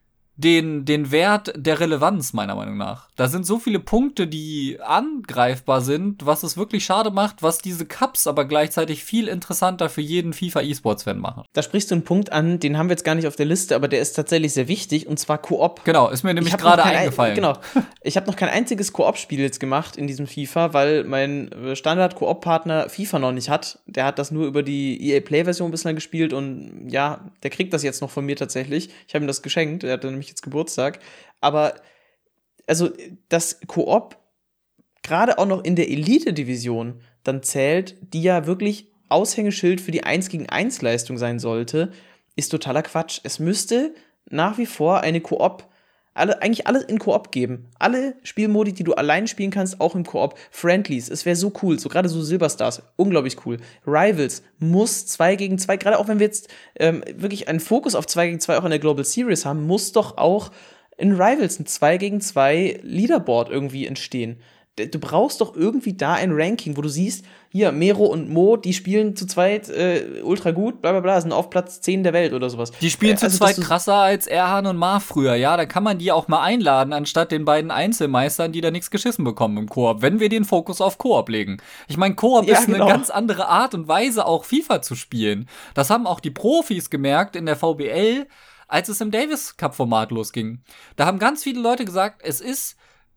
den, den Wert der Relevanz, meiner Meinung nach. Da sind so viele Punkte, die angreifbar sind, was es wirklich schade macht, was diese Cups aber gleichzeitig viel interessanter für jeden FIFA-E-Sports-Fan machen. Da sprichst du einen Punkt an, den haben wir jetzt gar nicht auf der Liste, aber der ist tatsächlich sehr wichtig, und zwar Koop. Genau, ist mir nämlich gerade eingefallen. Ein, genau, ich habe noch kein einziges Koop-Spiel jetzt gemacht in diesem FIFA, weil mein Standard-Koop-Partner FIFA noch nicht hat. Der hat das nur über die E A Play-Version bislang gespielt und ja, der kriegt das jetzt noch von mir tatsächlich. Ich habe ihm das geschenkt, er hat nämlich jetzt Geburtstag. Aber also, dass Koop gerade auch noch in der Elite-Division dann zählt, die ja wirklich Aushängeschild für die eins gegen eins Leistung sein sollte, ist totaler Quatsch. Es müsste nach wie vor eine Koop, alle, eigentlich alles in Koop geben. Alle Spielmodi, die du allein spielen kannst, auch im Koop. Friendlies, es wäre so cool, so gerade so Silberstars, unglaublich cool. Rivals muss zwei gegen zwei, gerade auch wenn wir jetzt ähm, wirklich einen Fokus auf zwei gegen zwei auch in der Global Series haben, muss doch auch in Rivals ein zwei gegen zwei Leaderboard irgendwie entstehen. Du brauchst doch irgendwie da ein Ranking, wo du siehst, hier, Mero und Mo, die spielen zu zweit äh, ultra gut, bla bla bla, sind auf Platz zehn der Welt oder sowas. Die spielen äh, zu also, zweit krasser als Erhan und Mar früher, ja, da kann man die auch mal einladen, anstatt den beiden Einzelmeistern, die da nichts geschissen bekommen im Koop, wenn wir den Fokus auf Koop legen. Ich meine, Koop ja, ist genau. eine ganz andere Art und Weise, auch FIFA zu spielen. Das haben auch die Profis gemerkt in der V B L, als es im Davis Cup Format losging. Da haben ganz viele Leute gesagt, es ist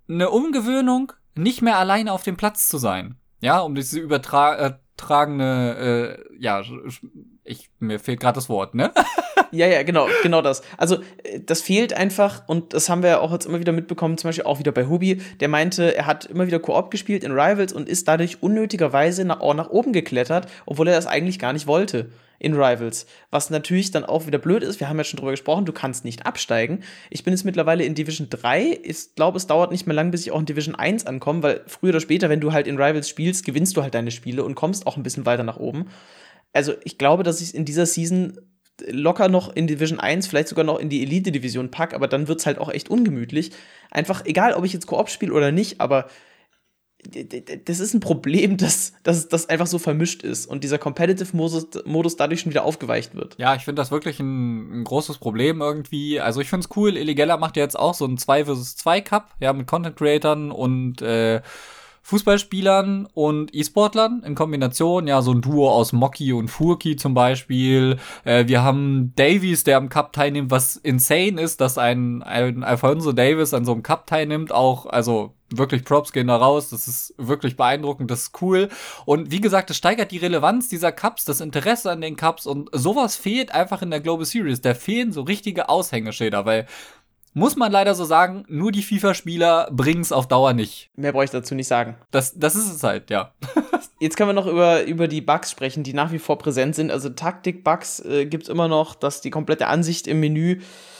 eine Umgewöhnung, nicht mehr alleine auf dem Platz zu sein. Ja, um diese übertragene, äh, ja, ich, mir fehlt gerade das Wort, ne? Ja, ja, genau, genau das. Also, das fehlt einfach und das haben wir ja auch jetzt immer wieder mitbekommen, zum Beispiel auch wieder bei Hubi, der meinte, er hat immer wieder Koop gespielt in Rivals und ist dadurch unnötigerweise nach, auch nach oben geklettert, obwohl er das eigentlich gar nicht wollte in Rivals. Was natürlich dann auch wieder blöd ist, wir haben ja schon drüber gesprochen, du kannst nicht absteigen. Ich bin jetzt mittlerweile in Division drei, ich glaube, es dauert nicht mehr lang, bis ich auch in Division eins ankomme, weil früher oder später, wenn du halt in Rivals spielst, gewinnst du halt deine Spiele und kommst auch ein bisschen weiter nach oben. Also, ich glaube, dass ich in dieser Season locker noch in Division eins, vielleicht sogar noch in die Elite-Division pack, aber dann wird's halt auch echt ungemütlich. Einfach, egal, ob ich jetzt Koop spiele oder nicht, aber das ist ein Problem, dass, dass das einfach so vermischt ist und dieser Competitive-Modus Modus dadurch schon wieder aufgeweicht wird. Ja, ich finde das wirklich ein, ein großes Problem irgendwie. Also ich finde es cool, Illegella macht ja jetzt auch so einen zwei versus zwei Cup, ja, mit Content-Creatern und äh, Fußballspielern und E-Sportlern in Kombination, ja, so ein Duo aus Mocky und Furki zum Beispiel. Äh, wir haben Davies, der am Cup teilnimmt, was insane ist, dass ein, ein Alfonso Davis an so einem Cup teilnimmt, auch, also wirklich Props gehen da raus, das ist wirklich beeindruckend, das ist cool. Und wie gesagt, es steigert die Relevanz dieser Cups, das Interesse an den Cups und sowas fehlt einfach in der Global Series. Da fehlen so richtige Aushängeschilder, weil muss man leider so sagen, nur die FIFA-Spieler bringen es auf Dauer nicht. Mehr brauche ich dazu nicht sagen. Das, das ist es halt, ja. Jetzt können wir noch über, über die Bugs sprechen, die nach wie vor präsent sind. Also Taktik-Bugs äh, gibt es immer noch, dass die komplette Ansicht im Menü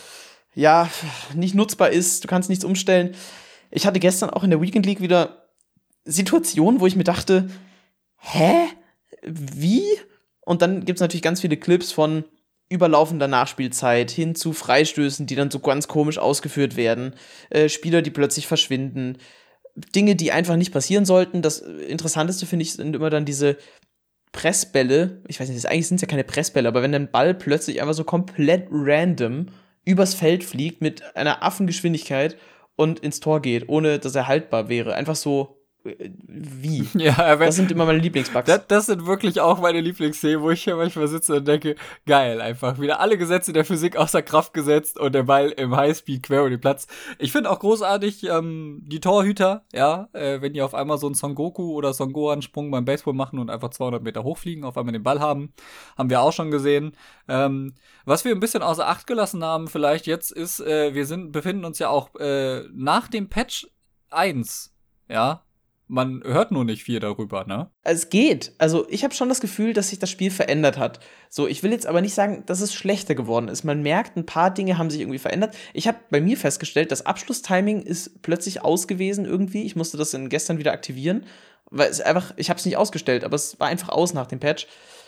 ja nicht nutzbar ist. Du kannst nichts umstellen. Ich hatte gestern auch in der Weekend League wieder Situationen, wo ich mir dachte, hä? Wie? Und dann gibt es natürlich ganz viele Clips von überlaufender Nachspielzeit hin zu Freistößen, die dann so ganz komisch ausgeführt werden, äh, Spieler, die plötzlich verschwinden, Dinge, die einfach nicht passieren sollten. Das Interessanteste, finde ich, sind immer dann diese Pressbälle. Ich weiß nicht, eigentlich sind es ja keine Pressbälle, aber wenn ein Ball plötzlich einfach so komplett random übers Feld fliegt mit einer Affengeschwindigkeit und ins Tor geht, ohne dass er haltbar wäre. Einfach so, wie? Ja, wenn, das sind immer meine Lieblingsbugs. Das, das sind wirklich auch meine Lieblingsszenen, wo ich ja manchmal sitze und denke, geil, einfach wieder alle Gesetze der Physik außer Kraft gesetzt und der Ball im Highspeed quer über den Platz. Ich finde auch großartig ähm, die Torhüter, ja, äh, wenn die auf einmal so einen Son Goku oder Son Gohan-Sprung beim Baseball machen und einfach zweihundert Meter hochfliegen, auf einmal den Ball haben, haben wir auch schon gesehen. Ähm, was wir ein bisschen außer Acht gelassen haben vielleicht jetzt ist, äh, wir sind befinden uns ja auch äh, nach dem Patch eins, ja, man hört nur nicht viel darüber, ne? Es geht. Also ich habe schon das Gefühl, dass sich das Spiel verändert hat. So, ich will jetzt aber nicht sagen, dass es schlechter geworden ist. Man merkt, ein paar Dinge haben sich irgendwie verändert. Ich habe bei mir festgestellt, das Abschlusstiming ist plötzlich aus gewesen irgendwie. Ich musste das dann gestern wieder aktivieren, weil es einfach, ich habe es nicht ausgestellt, aber es war einfach aus nach dem Patch.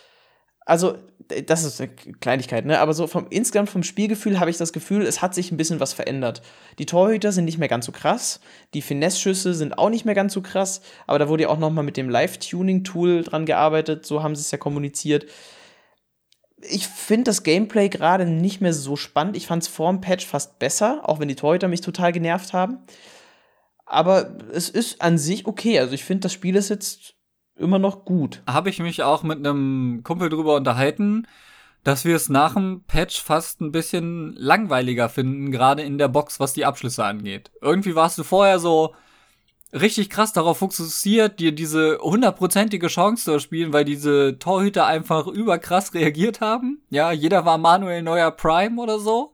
Also, das ist eine Kleinigkeit, ne? Aber so vom insgesamt vom Spielgefühl habe ich das Gefühl, es hat sich ein bisschen was verändert. Die Torhüter sind nicht mehr ganz so krass, die Finesse-Schüsse sind auch nicht mehr ganz so krass, aber da wurde ja auch noch mal mit dem Live-Tuning-Tool dran gearbeitet, so haben sie es ja kommuniziert. Ich finde das Gameplay gerade nicht mehr so spannend. Ich fand es vor dem Patch fast besser, auch wenn die Torhüter mich total genervt haben. Aber es ist an sich okay. Also ich finde, das Spiel ist jetzt immer noch gut. Habe ich mich auch mit einem Kumpel drüber unterhalten, dass wir es nach dem Patch fast ein bisschen langweiliger finden, gerade in der Box, was die Abschlüsse angeht. Irgendwie warst du vorher so richtig krass darauf fokussiert, dir diese hundertprozentige Chance zu spielen, weil diese Torhüter einfach überkrass reagiert haben. Ja, jeder war Manuel Neuer Prime oder so.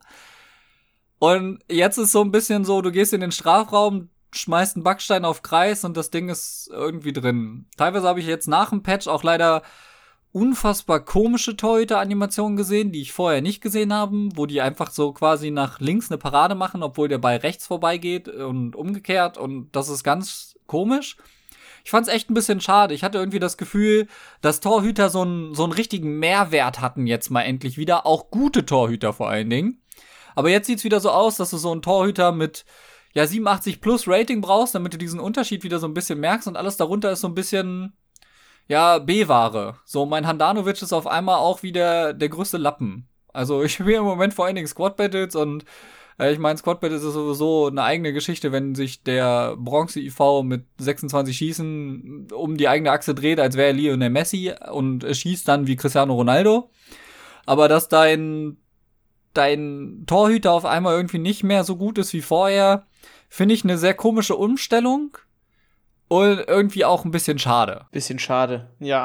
Und jetzt ist so ein bisschen so, du gehst in den Strafraum, schmeißt einen Backstein auf Kreis und das Ding ist irgendwie drin. Teilweise habe ich jetzt nach dem Patch auch leider unfassbar komische Torhüter-Animationen gesehen, die ich vorher nicht gesehen habe, wo die einfach so quasi nach links eine Parade machen, obwohl der Ball rechts vorbeigeht und umgekehrt und das ist ganz komisch. Ich fand es echt ein bisschen schade. Ich hatte irgendwie das Gefühl, dass Torhüter so einen so einen richtigen Mehrwert hatten jetzt mal endlich wieder, auch gute Torhüter vor allen Dingen. Aber jetzt sieht's wieder so aus, dass du so einen Torhüter mit ja, siebenundachtzig plus Rating brauchst, damit du diesen Unterschied wieder so ein bisschen merkst und alles darunter ist so ein bisschen, ja, B-Ware. So, mein Handanovic ist auf einmal auch wieder der größte Lappen. Also, ich spiele im Moment vor allen Dingen Squad Battles und äh, ich meine, Squad Battles ist sowieso eine eigene Geschichte, wenn sich der Bronze-I V mit sechsundzwanzig Schießen um die eigene Achse dreht, als wäre er Lionel Messi und äh, schießt dann wie Cristiano Ronaldo. Aber dass dein, dein Torhüter auf einmal irgendwie nicht mehr so gut ist wie vorher, finde ich eine sehr komische Umstellung und irgendwie auch ein bisschen schade. Bisschen schade, ja.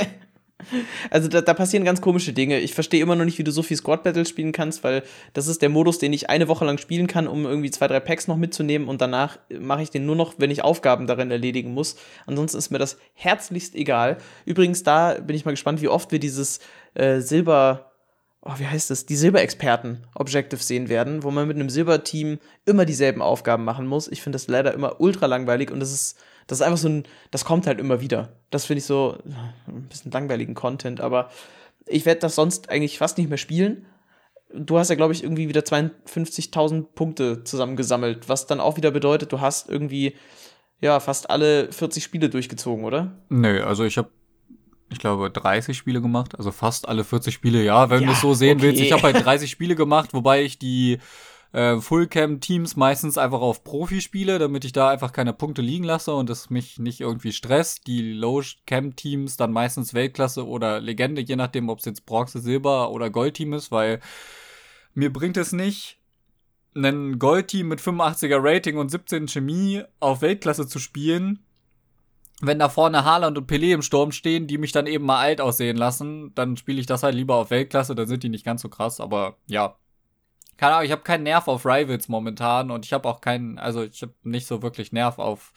Also da, da passieren ganz komische Dinge. Ich verstehe immer noch nicht, wie du so viel Squad Battles spielen kannst, weil das ist der Modus, den ich eine Woche lang spielen kann, um irgendwie zwei, drei Packs noch mitzunehmen und danach mache ich den nur noch, wenn ich Aufgaben darin erledigen muss. Ansonsten ist mir das herzlichst egal. Übrigens, da bin ich mal gespannt, wie oft wir dieses äh, Silber, oh, wie heißt das, die Silberexperten-Objective sehen werden, wo man mit einem Silberteam immer dieselben Aufgaben machen muss. Ich finde das leider immer ultra langweilig und das ist Das ist einfach so ein, das kommt halt immer wieder. Das finde ich so ein bisschen langweiligen Content, aber ich werde das sonst eigentlich fast nicht mehr spielen. Du hast ja, glaube ich, irgendwie wieder zweiundfünfzigtausend Punkte zusammengesammelt, was dann auch wieder bedeutet, du hast irgendwie, ja, fast alle vierzig Spiele durchgezogen, oder? Nö, also ich habe, ich glaube, dreißig Spiele gemacht, also fast alle vierzig Spiele, ja, wenn Ja, du es so sehen okay. willst. Ich habe halt dreißig Spiele gemacht, wobei ich die Äh, Fullcam-Teams meistens einfach auf Profi spiele, damit ich da einfach keine Punkte liegen lasse und es mich nicht irgendwie stresst. Die Low-Cam-Teams dann meistens Weltklasse oder Legende, je nachdem, ob es jetzt Bronze, Silber oder Gold-Team ist, weil mir bringt es nicht, ein Gold-Team mit fünfundachtziger Rating und siebzehn Chemie auf Weltklasse zu spielen, wenn da vorne Haaland und Pelé im Sturm stehen, die mich dann eben mal alt aussehen lassen, dann spiele ich das halt lieber auf Weltklasse, dann sind die nicht ganz so krass, aber ja. Keine Ahnung, ich habe keinen Nerv auf Rivals momentan und ich habe auch keinen, also ich habe nicht so wirklich Nerv auf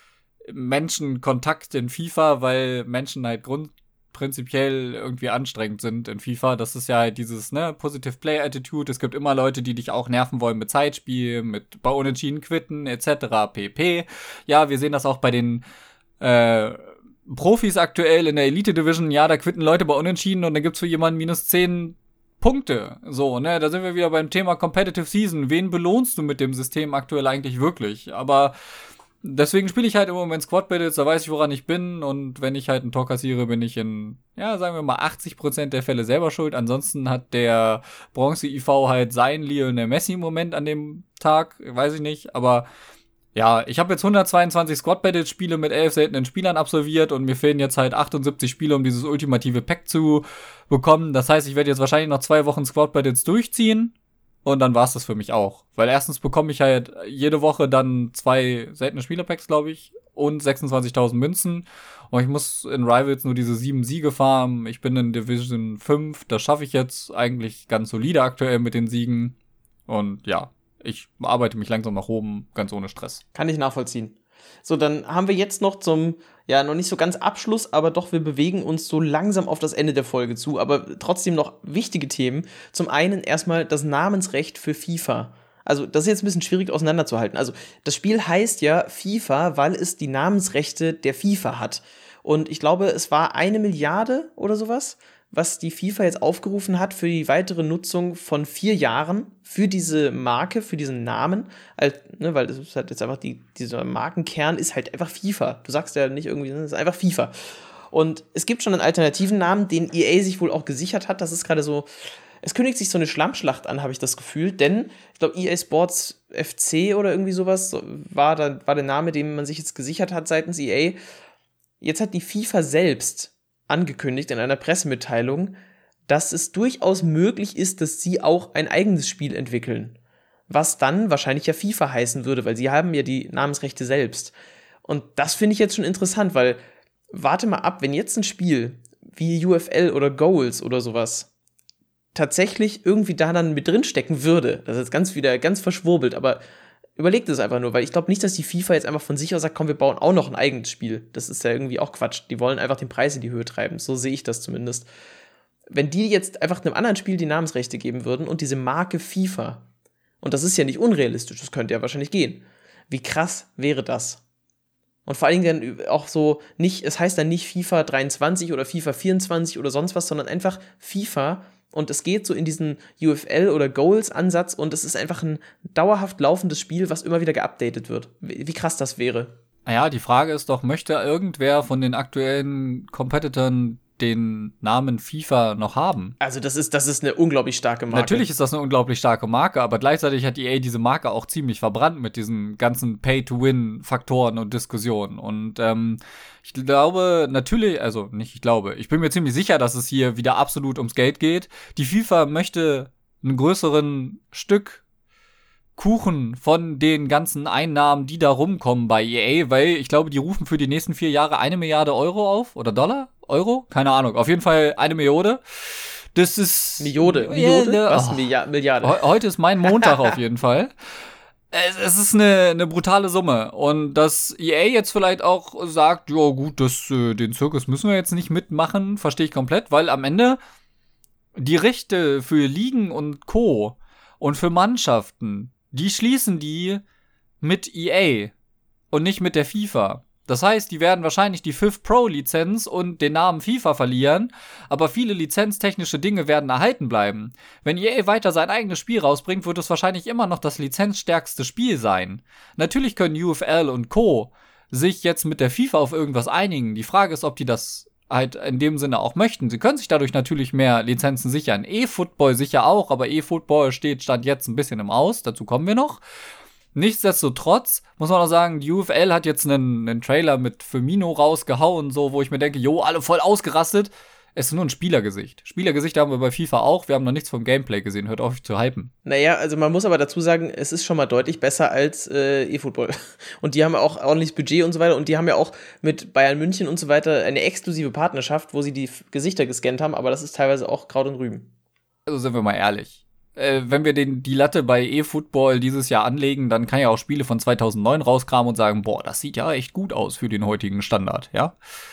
Menschenkontakt in FIFA, weil Menschen halt grundprinzipiell irgendwie anstrengend sind in FIFA. Das ist ja halt dieses, ne, Positive Play Attitude. Es gibt immer Leute, die dich auch nerven wollen mit Zeitspiel, mit bei Unentschieden quitten, et cetera pp. Ja, wir sehen das auch bei den äh, Profis aktuell in der Elite Division. Ja, da quitten Leute bei Unentschieden und dann gibt's für jemanden minus zehn Punkte. So, ne, da sind wir wieder beim Thema Competitive Season. Wen belohnst du mit dem System aktuell eigentlich wirklich? Aber deswegen spiele ich halt im Moment Squad Battles, da weiß ich, woran ich bin. Und wenn ich halt ein Tor kassiere, bin ich in, ja, sagen wir mal, achtzig Prozent der Fälle selber schuld. Ansonsten hat der Bronze-I V halt sein Lionel Messi im Moment an dem Tag, weiß ich nicht. Aber ja, ich habe jetzt hundertzweiundzwanzig Squad Battles Spiele mit elf seltenen Spielern absolviert und mir fehlen jetzt halt achtundsiebzig Spiele, um dieses ultimative Pack zu bekommen. Das heißt, ich werde jetzt wahrscheinlich noch zwei Wochen Squad Battles durchziehen und dann war's das für mich auch. Weil erstens bekomme ich halt jede Woche dann zwei seltene Spielerpacks, glaube ich, und sechsundzwanzigtausend Münzen. Und ich muss in Rivals nur diese sieben Siege farmen. Ich bin in Division fünf, das schaffe ich jetzt eigentlich ganz solide aktuell mit den Siegen. Und ja, ich arbeite mich langsam nach oben, ganz ohne Stress. Kann ich nachvollziehen. So, dann haben wir jetzt noch zum, ja, noch nicht so ganz Abschluss, aber doch, wir bewegen uns so langsam auf das Ende der Folge zu, aber trotzdem noch wichtige Themen. Zum einen erstmal das Namensrecht für FIFA. Also, das ist jetzt ein bisschen schwierig auseinanderzuhalten. Also, das Spiel heißt ja FIFA, weil es die Namensrechte der FIFA hat. Und ich glaube, es war eine Milliarde oder sowas, was die FIFA jetzt aufgerufen hat für die weitere Nutzung von vier Jahren für diese Marke, für diesen Namen, also, ne, weil das ist halt jetzt einfach, die, dieser Markenkern ist halt einfach FIFA. Du sagst ja nicht irgendwie, das ist einfach FIFA. Und es gibt schon einen alternativen Namen, den E A sich wohl auch gesichert hat. Das ist gerade so, es kündigt sich so eine Schlammschlacht an, habe ich das Gefühl, denn ich glaube, E A Sports F C oder irgendwie sowas war, da, war der Name, den man sich jetzt gesichert hat seitens E A. Jetzt hat die FIFA selbst angekündigt in einer Pressemitteilung, dass es durchaus möglich ist, dass sie auch ein eigenes Spiel entwickeln. Was dann wahrscheinlich ja FIFA heißen würde, weil sie haben ja die Namensrechte selbst. Und das finde ich jetzt schon interessant, weil warte mal ab, wenn jetzt ein Spiel wie U F L oder Goals oder sowas tatsächlich irgendwie da dann mit drin stecken würde, das ist jetzt ganz wieder ganz verschwurbelt, aber überlegt es einfach nur, weil ich glaube nicht, dass die FIFA jetzt einfach von sich aus sagt, komm, wir bauen auch noch ein eigenes Spiel. Das ist ja irgendwie auch Quatsch. Die wollen einfach den Preis in die Höhe treiben. So sehe ich das zumindest. Wenn die jetzt einfach einem anderen Spiel die Namensrechte geben würden und diese Marke FIFA, und das ist ja nicht unrealistisch, das könnte ja wahrscheinlich gehen, wie krass wäre das? Und vor allen Dingen dann auch so, nicht, es heißt dann nicht FIFA dreiundzwanzig oder FIFA vierundzwanzig oder sonst was, sondern einfach FIFA. Und es geht so in diesen U F L- oder Goals-Ansatz und es ist einfach ein dauerhaft laufendes Spiel, was immer wieder geupdatet wird. Wie, wie krass das wäre. Naja, die Frage ist doch, möchte irgendwer von den aktuellen Competitoren den Namen FIFA noch haben? Also das ist, das ist eine unglaublich starke Marke. Natürlich ist das eine unglaublich starke Marke, aber gleichzeitig hat E A diese Marke auch ziemlich verbrannt mit diesen ganzen Pay-to-Win-Faktoren und Diskussionen. Und ähm, ich glaube natürlich, also nicht ich glaube, ich bin mir ziemlich sicher, dass es hier wieder absolut ums Geld geht. Die FIFA möchte einen größeren Stück Kuchen von den ganzen Einnahmen, die da rumkommen bei E A, weil ich glaube, die rufen für die nächsten vier Jahre eine Milliarde Euro auf oder Dollar? Euro? Keine Ahnung. Auf jeden Fall eine Milliarde. Das ist. Milliode. Milliode? Äh, Was? oh. Milliard- Milliarde. He- Heute ist mein Montag auf jeden Fall. Es, es ist eine, eine brutale Summe. Und dass E A jetzt vielleicht auch sagt, ja gut, das, äh, den Zirkus müssen wir jetzt nicht mitmachen, verstehe ich komplett, weil am Ende die Rechte für Ligen und Co. und für Mannschaften, die schließen die mit E A und nicht mit der FIFA. Das heißt, die werden wahrscheinlich die Fifth Pro-Lizenz und den Namen FIFA verlieren, aber viele lizenztechnische Dinge werden erhalten bleiben. Wenn E A weiter sein eigenes Spiel rausbringt, wird es wahrscheinlich immer noch das lizenzstärkste Spiel sein. Natürlich können U F L und Co. sich jetzt mit der FIFA auf irgendwas einigen. Die Frage ist, ob die das halt in dem Sinne auch möchten. Sie können sich dadurch natürlich mehr Lizenzen sichern. E-Football sicher auch, aber E-Football steht Stand jetzt ein bisschen im Aus. Dazu kommen wir noch. Nichtsdestotrotz muss man auch sagen, die U F L hat jetzt einen, einen Trailer mit Firmino rausgehauen, so, wo ich mir denke, jo, alle voll ausgerastet. Es ist nur ein Spielergesicht. Spielergesicht haben wir bei FIFA auch. Wir haben noch nichts vom Gameplay gesehen. Hört auf, zu hypen. Naja, also man muss aber dazu sagen, es ist schon mal deutlich besser als äh, E-Football. Und die haben ja auch ordentliches Budget und so weiter. Und die haben ja auch mit Bayern München und so weiter eine exklusive Partnerschaft, wo sie die F- Gesichter gescannt haben. Aber das ist teilweise auch Kraut und Rüben. Also sind wir mal ehrlich. Äh, wenn wir den, die Latte bei E-Football dieses Jahr anlegen, dann kann ja auch Spiele von zweitausendneun rauskramen und sagen, boah, das sieht ja echt gut aus für den heutigen Standard, ja?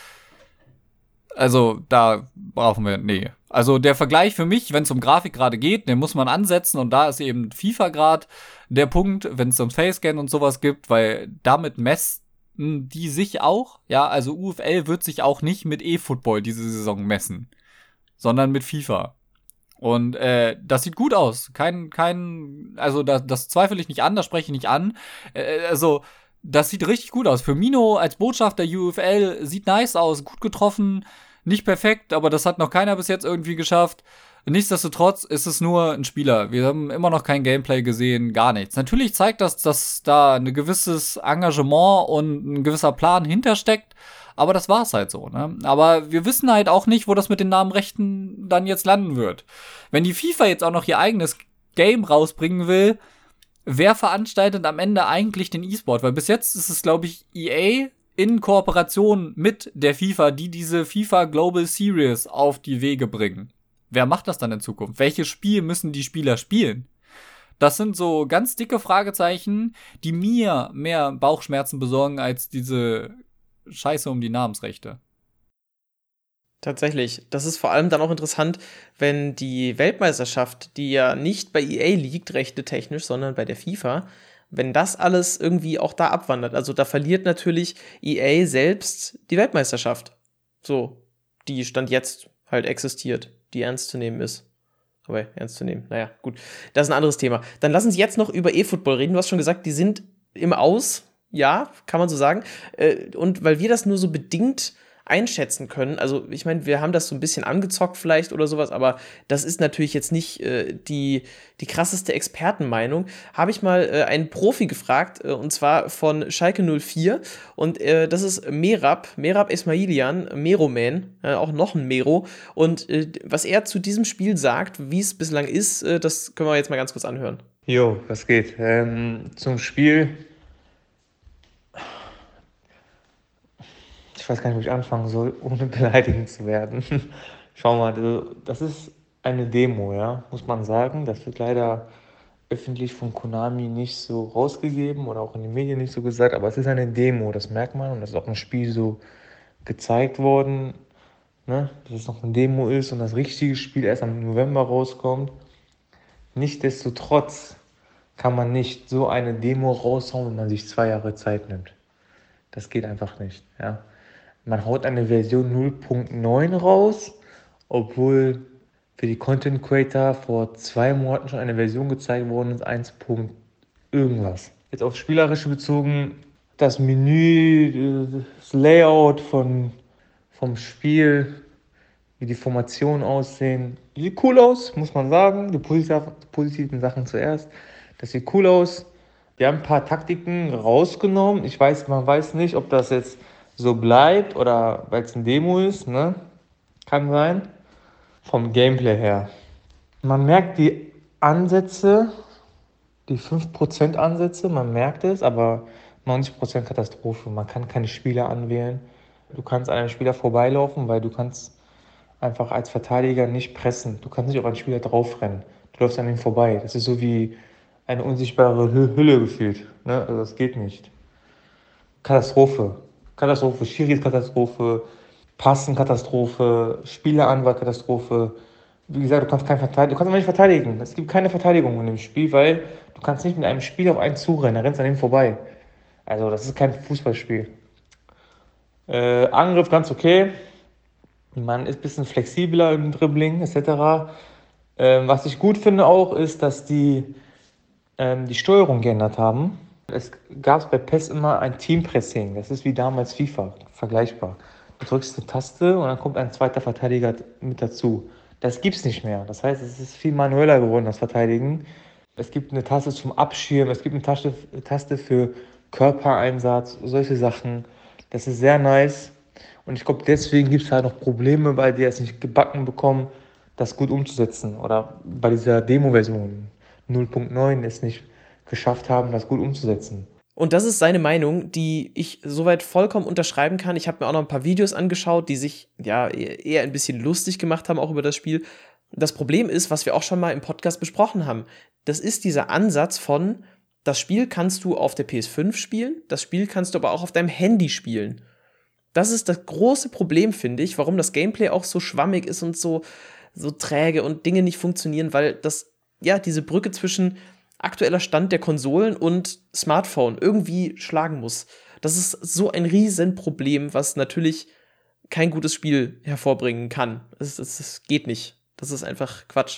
Also, da brauchen wir, nee. Also, der Vergleich für mich, wenn es um Grafik gerade geht, den muss man ansetzen und da ist eben FIFA gerade der Punkt, wenn es um Facescan und sowas gibt, weil damit messen die sich auch, ja, also U F L wird sich auch nicht mit E-Football diese Saison messen, sondern mit FIFA. Und äh, das sieht gut aus. Kein, kein, also das, das zweifle ich nicht an, das spreche ich nicht an. Äh, also, das sieht richtig gut aus. Firmino als Botschafter U F L sieht nice aus, gut getroffen, nicht perfekt, aber das hat noch keiner bis jetzt irgendwie geschafft. Nichtsdestotrotz ist es nur ein Spieler. Wir haben immer noch kein Gameplay gesehen, gar nichts. Natürlich zeigt das, dass da ein gewisses Engagement und ein gewisser Plan hintersteckt, aber das war's halt so, ne? Aber wir wissen halt auch nicht, wo das mit den Namenrechten dann jetzt landen wird. Wenn die FIFA jetzt auch noch ihr eigenes Game rausbringen will, wer veranstaltet am Ende eigentlich den E-Sport? Weil bis jetzt ist es, glaube ich, E A in Kooperation mit der FIFA, die diese FIFA Global Series auf die Wege bringen. Wer macht das dann in Zukunft? Welches Spiel müssen die Spieler spielen? Das sind so ganz dicke Fragezeichen, die mir mehr Bauchschmerzen besorgen als diese Scheiße um die Namensrechte. Tatsächlich. Das ist vor allem dann auch interessant, wenn die Weltmeisterschaft, die ja nicht bei E A liegt, rechtetechnisch, sondern bei der FIFA, wenn das alles irgendwie auch da abwandert. Also da verliert natürlich E A selbst die Weltmeisterschaft. So, die Stand jetzt halt existiert, die ernst zu nehmen ist. Aber ernst zu nehmen, naja, gut. Das ist ein anderes Thema. Dann lass uns jetzt noch über E-Football reden. Du hast schon gesagt, die sind im Aus. Ja, kann man so sagen. Und weil wir das nur so bedingt einschätzen können, also ich meine, wir haben das so ein bisschen angezockt vielleicht oder sowas, aber das ist natürlich jetzt nicht äh, die, die krasseste Expertenmeinung, habe ich mal äh, einen Profi gefragt, äh, und zwar von Schalke null vier und äh, das ist Merab, Merab Esmailian, Meroman, äh, auch noch ein Mero und äh, was er zu diesem Spiel sagt, wie es bislang ist, äh, das können wir jetzt mal ganz kurz anhören. Jo, was geht? Ähm, zum Spiel. Ich weiß gar nicht, wo ich anfangen soll, ohne beleidigend zu werden. Schau mal, das ist eine Demo, ja, muss man sagen. Das wird leider öffentlich von Konami nicht so rausgegeben oder auch in den Medien nicht so gesagt, aber es ist eine Demo, das merkt man und das ist auch im Spiel so gezeigt worden, ne? Dass es noch eine Demo ist und das richtige Spiel erst am November rauskommt. Nichtsdestotrotz kann man nicht so eine Demo raushauen, wenn man sich zwei Jahre Zeit nimmt. Das geht einfach nicht, ja. Man haut eine Version null Punkt neun raus, obwohl für die Content Creator vor zwei Monaten schon eine Version gezeigt worden ist, eins. irgendwas. Jetzt aufs Spielerische bezogen, das Menü, das Layout von, vom Spiel, wie die Formationen aussehen, sieht cool aus, muss man sagen. Die positiven Sachen zuerst. Das sieht cool aus. Wir haben ein paar Taktiken rausgenommen. Ich weiß, man weiß nicht, ob das jetzt so bleibt oder weil es ein Demo ist, ne? Kann sein. Vom Gameplay her. Man merkt die Ansätze die fünf Prozent Ansätze, man merkt es, aber neunzig Prozent Katastrophe. Man kann keine Spieler anwählen. Du kannst an einem Spieler vorbeilaufen, weil du kannst einfach als Verteidiger nicht pressen. Du kannst nicht auf einen Spieler draufrennen. Du läufst an ihm vorbei. Das ist so wie eine unsichtbare Hü- Hülle gefühlt. Ne? Also das geht nicht. Katastrophe. Katastrophe, Schiris Katastrophe, Passen Katastrophe, Spieleranwalt Katastrophe. Wie gesagt, du kannst keinen verteidigen. Du kannst aber nicht verteidigen. Es gibt keine Verteidigung in dem Spiel, weil du kannst nicht mit einem Spieler auf einen zurennen. Da rennst du an ihm vorbei. Also das ist kein Fußballspiel. Äh, Angriff ganz okay. Man ist ein bisschen flexibler im Dribbling et cetera. Ähm, was ich gut finde auch, ist, dass die ähm, die Steuerung geändert haben. Es gab bei PES immer ein Teampressing. Das ist wie damals FIFA, vergleichbar. Du drückst eine Taste und dann kommt ein zweiter Verteidiger mit dazu. Das gibt es nicht mehr. Das heißt, es ist viel manueller geworden, das Verteidigen. Es gibt eine Taste zum Abschirmen, es gibt eine Taste, Taste für Körpereinsatz, solche Sachen. Das ist sehr nice. Und ich glaube, deswegen gibt es halt noch Probleme, weil die es nicht gebacken bekommen, das gut umzusetzen. Oder bei dieser Demo-Version null Punkt neun es nicht geschafft haben, das gut umzusetzen. Und das ist seine Meinung, die ich soweit vollkommen unterschreiben kann. Ich habe mir auch noch ein paar Videos angeschaut, die sich ja eher ein bisschen lustig gemacht haben, auch über das Spiel. Das Problem ist, was wir auch schon mal im Podcast besprochen haben, das ist dieser Ansatz von, das Spiel kannst du auf der P S fünf spielen, das Spiel kannst du aber auch auf deinem Handy spielen. Das ist das große Problem, finde ich, warum das Gameplay auch so schwammig ist und so, so träge und Dinge nicht funktionieren, weil das, ja, diese Brücke zwischen aktueller Stand der Konsolen und Smartphone irgendwie schlagen muss. Das ist so ein Riesenproblem, was natürlich kein gutes Spiel hervorbringen kann. Das, das, das geht nicht. Das ist einfach Quatsch.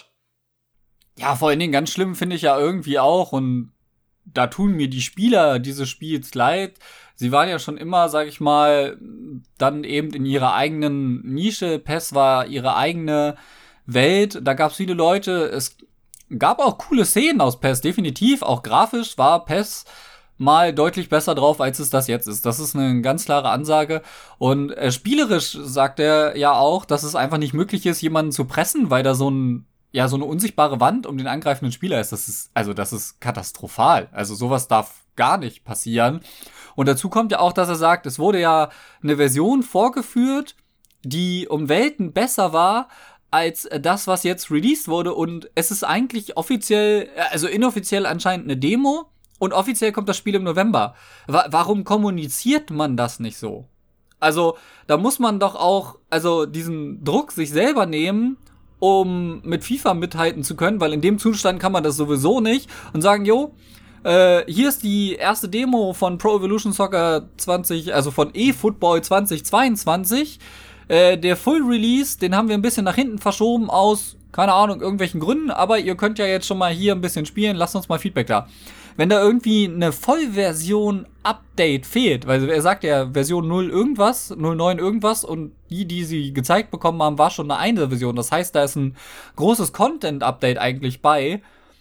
Ja, vor allen Dingen ganz schlimm finde ich ja irgendwie auch, und da tun mir die Spieler dieses Spiels leid. Sie waren ja schon immer, sag ich mal, dann eben in ihrer eigenen Nische. PES war ihre eigene Welt. Da gab es viele Leute. Es gab auch coole Szenen aus PES, definitiv. Auch grafisch war PES mal deutlich besser drauf, als es das jetzt ist. Das ist eine ganz klare Ansage. Und äh, spielerisch sagt er ja auch, dass es einfach nicht möglich ist, jemanden zu pressen, weil da so ein ja, so eine unsichtbare Wand um den angreifenden Spieler ist. Das ist, also das ist katastrophal. Also sowas darf gar nicht passieren. Und dazu kommt ja auch, dass er sagt, es wurde ja eine Version vorgeführt, die um Welten besser war als das, was jetzt released wurde. Und es ist eigentlich offiziell, also inoffiziell anscheinend eine Demo. Und offiziell kommt das Spiel im November. Wa- warum kommuniziert man das nicht so? Also da muss man doch auch, also diesen Druck sich selber nehmen, um mit FIFA mithalten zu können, weil in dem Zustand kann man das sowieso nicht, und sagen, jo, äh, hier ist die erste Demo von Pro Evolution Soccer zwanzig, also von eFootball zwanzig zweiundzwanzig. Äh, der Full Release, den haben wir ein bisschen nach hinten verschoben aus, keine Ahnung, irgendwelchen Gründen, aber ihr könnt ja jetzt schon mal hier ein bisschen spielen, lasst uns mal Feedback da. Wenn da irgendwie eine Vollversion-Update fehlt, weil er sagt ja Version null irgendwas, null neun irgendwas, und die, die sie gezeigt bekommen haben, war schon eine eine Version. Das heißt, da ist ein großes Content-Update eigentlich bei.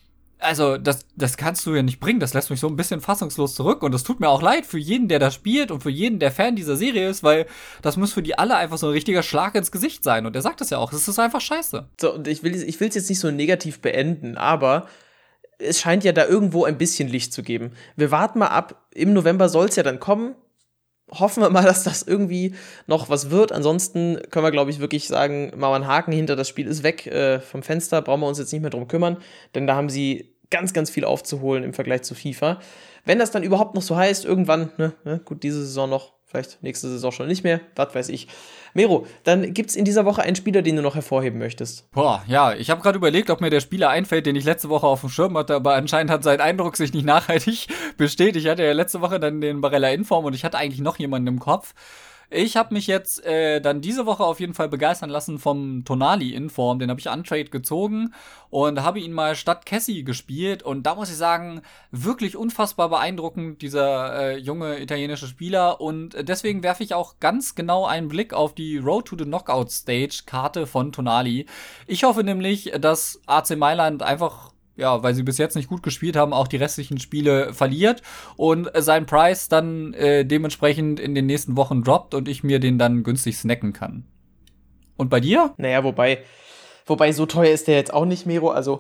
Also, das, das kannst du ja nicht bringen. Das lässt mich so ein bisschen fassungslos zurück. Und das tut mir auch leid für jeden, der da spielt und für jeden, der Fan dieser Serie ist, weil das muss für die alle einfach so ein richtiger Schlag ins Gesicht sein. Und er sagt das ja auch. Es ist einfach scheiße. So, und ich will ich will es jetzt nicht so negativ beenden, aber es scheint ja da irgendwo ein bisschen Licht zu geben. Wir warten mal ab. Im November soll es ja dann kommen. Hoffen wir mal, dass das irgendwie noch was wird. Ansonsten können wir, glaube ich, wirklich sagen, mal einen Haken hinter, das Spiel ist weg äh, vom Fenster. Brauchen wir uns jetzt nicht mehr drum kümmern, denn da haben sie ganz, ganz viel aufzuholen im Vergleich zu FIFA. Wenn das dann überhaupt noch so heißt, irgendwann, ne, ne, gut, diese Saison noch, vielleicht nächste Saison schon nicht mehr, was weiß ich. Mero, dann gibt's in dieser Woche einen Spieler, den du noch hervorheben möchtest. Boah, ja, ich habe gerade überlegt, ob mir der Spieler einfällt, den ich letzte Woche auf dem Schirm hatte, aber anscheinend hat sein Eindruck sich nicht nachhaltig bestätigt. Ich hatte ja letzte Woche dann den Barella Inform und ich hatte eigentlich noch jemanden im Kopf. Ich habe mich jetzt äh, dann diese Woche auf jeden Fall begeistern lassen vom Tonali Inform. Den habe ich untrade gezogen und habe ihn mal statt Cassie gespielt. Und da muss ich sagen, wirklich unfassbar beeindruckend, dieser äh, junge italienische Spieler. Und deswegen werfe ich auch ganz genau einen Blick auf die Road to the Knockout Stage Karte von Tonali. Ich hoffe nämlich, dass A C Mailand einfach, ja, weil sie bis jetzt nicht gut gespielt haben, auch die restlichen Spiele verliert und sein Preis dann äh, dementsprechend in den nächsten Wochen droppt und ich mir den dann günstig snacken kann. Und bei dir? Naja, wobei, wobei so teuer ist der jetzt auch nicht, Mero. Also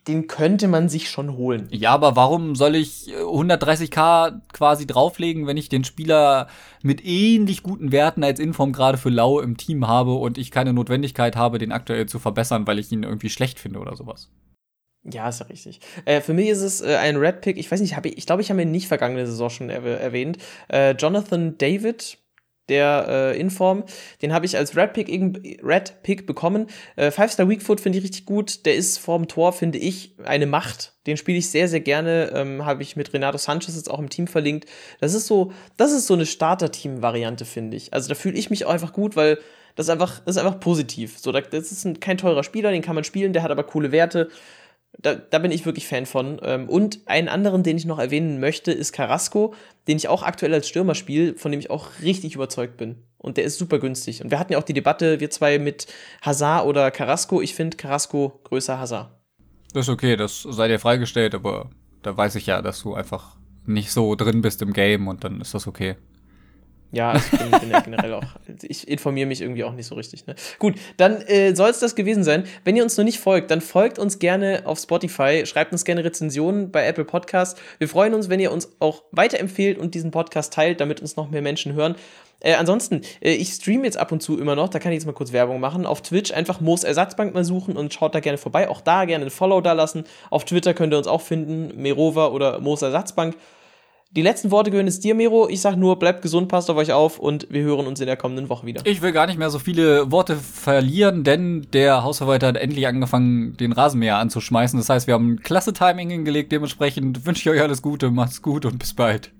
den könnte man sich schon holen. Ja, aber warum soll ich hundertdreißigtausend quasi drauflegen, wenn ich den Spieler mit ähnlich guten Werten als Inform gerade für Lau im Team habe und ich keine Notwendigkeit habe, den aktuell zu verbessern, weil ich ihn irgendwie schlecht finde oder sowas? Ja, ist ja richtig. Äh, für mich ist es äh, ein Red Pick, ich weiß nicht, hab ich, ich glaube, ich habe ihn nicht vergangene Saison schon erw- erwähnt. Äh, Jonathan David, der äh, Inform, den habe ich als Red Pick, Red Pick bekommen. Äh, Five-Star Weakfoot finde ich richtig gut. Der ist vorm Tor, finde ich, eine Macht. Den spiele ich sehr, sehr gerne. Ähm, habe ich mit Renato Sanchez jetzt auch im Team verlinkt. Das ist so, das ist so eine Starter-Team-Variante, finde ich. Also da fühle ich mich auch einfach gut, weil das ist einfach, das ist einfach positiv. So, das ist ein, kein teurer Spieler, den kann man spielen, der hat aber coole Werte. Da, da bin ich wirklich Fan von. Und einen anderen, den ich noch erwähnen möchte, ist Carrasco, den ich auch aktuell als Stürmer spiele, von dem ich auch richtig überzeugt bin. Und der ist super günstig. Und wir hatten ja auch die Debatte, wir zwei mit Hazard oder Carrasco. Ich finde Carrasco größer Hazard. Das ist okay, das sei dir freigestellt, aber da weiß ich ja, dass du einfach nicht so drin bist im Game und dann ist das okay. Ja, also ich bin, bin ja generell auch, ich informiere mich irgendwie auch nicht so richtig. Ne? Gut, dann äh, soll es das gewesen sein. Wenn ihr uns noch nicht folgt, dann folgt uns gerne auf Spotify, schreibt uns gerne Rezensionen bei Apple Podcasts. Wir freuen uns, wenn ihr uns auch weiterempfehlt und diesen Podcast teilt, damit uns noch mehr Menschen hören. Äh, ansonsten, äh, ich streame jetzt ab und zu immer noch, da kann ich jetzt mal kurz Werbung machen. Auf Twitch einfach Moos Ersatzbank mal suchen und schaut da gerne vorbei. Auch da gerne ein Follow da lassen. Auf Twitter könnt ihr uns auch finden, Merova oder Moos Ersatzbank. Die letzten Worte gehören jetzt dir, Mero. Ich sag nur, bleibt gesund, passt auf euch auf und wir hören uns in der kommenden Woche wieder. Ich will gar nicht mehr so viele Worte verlieren, denn der Hausverwalter hat endlich angefangen, den Rasenmäher anzuschmeißen. Das heißt, wir haben ein klasse Timing hingelegt. Dementsprechend wünsche ich euch alles Gute, macht's gut und bis bald.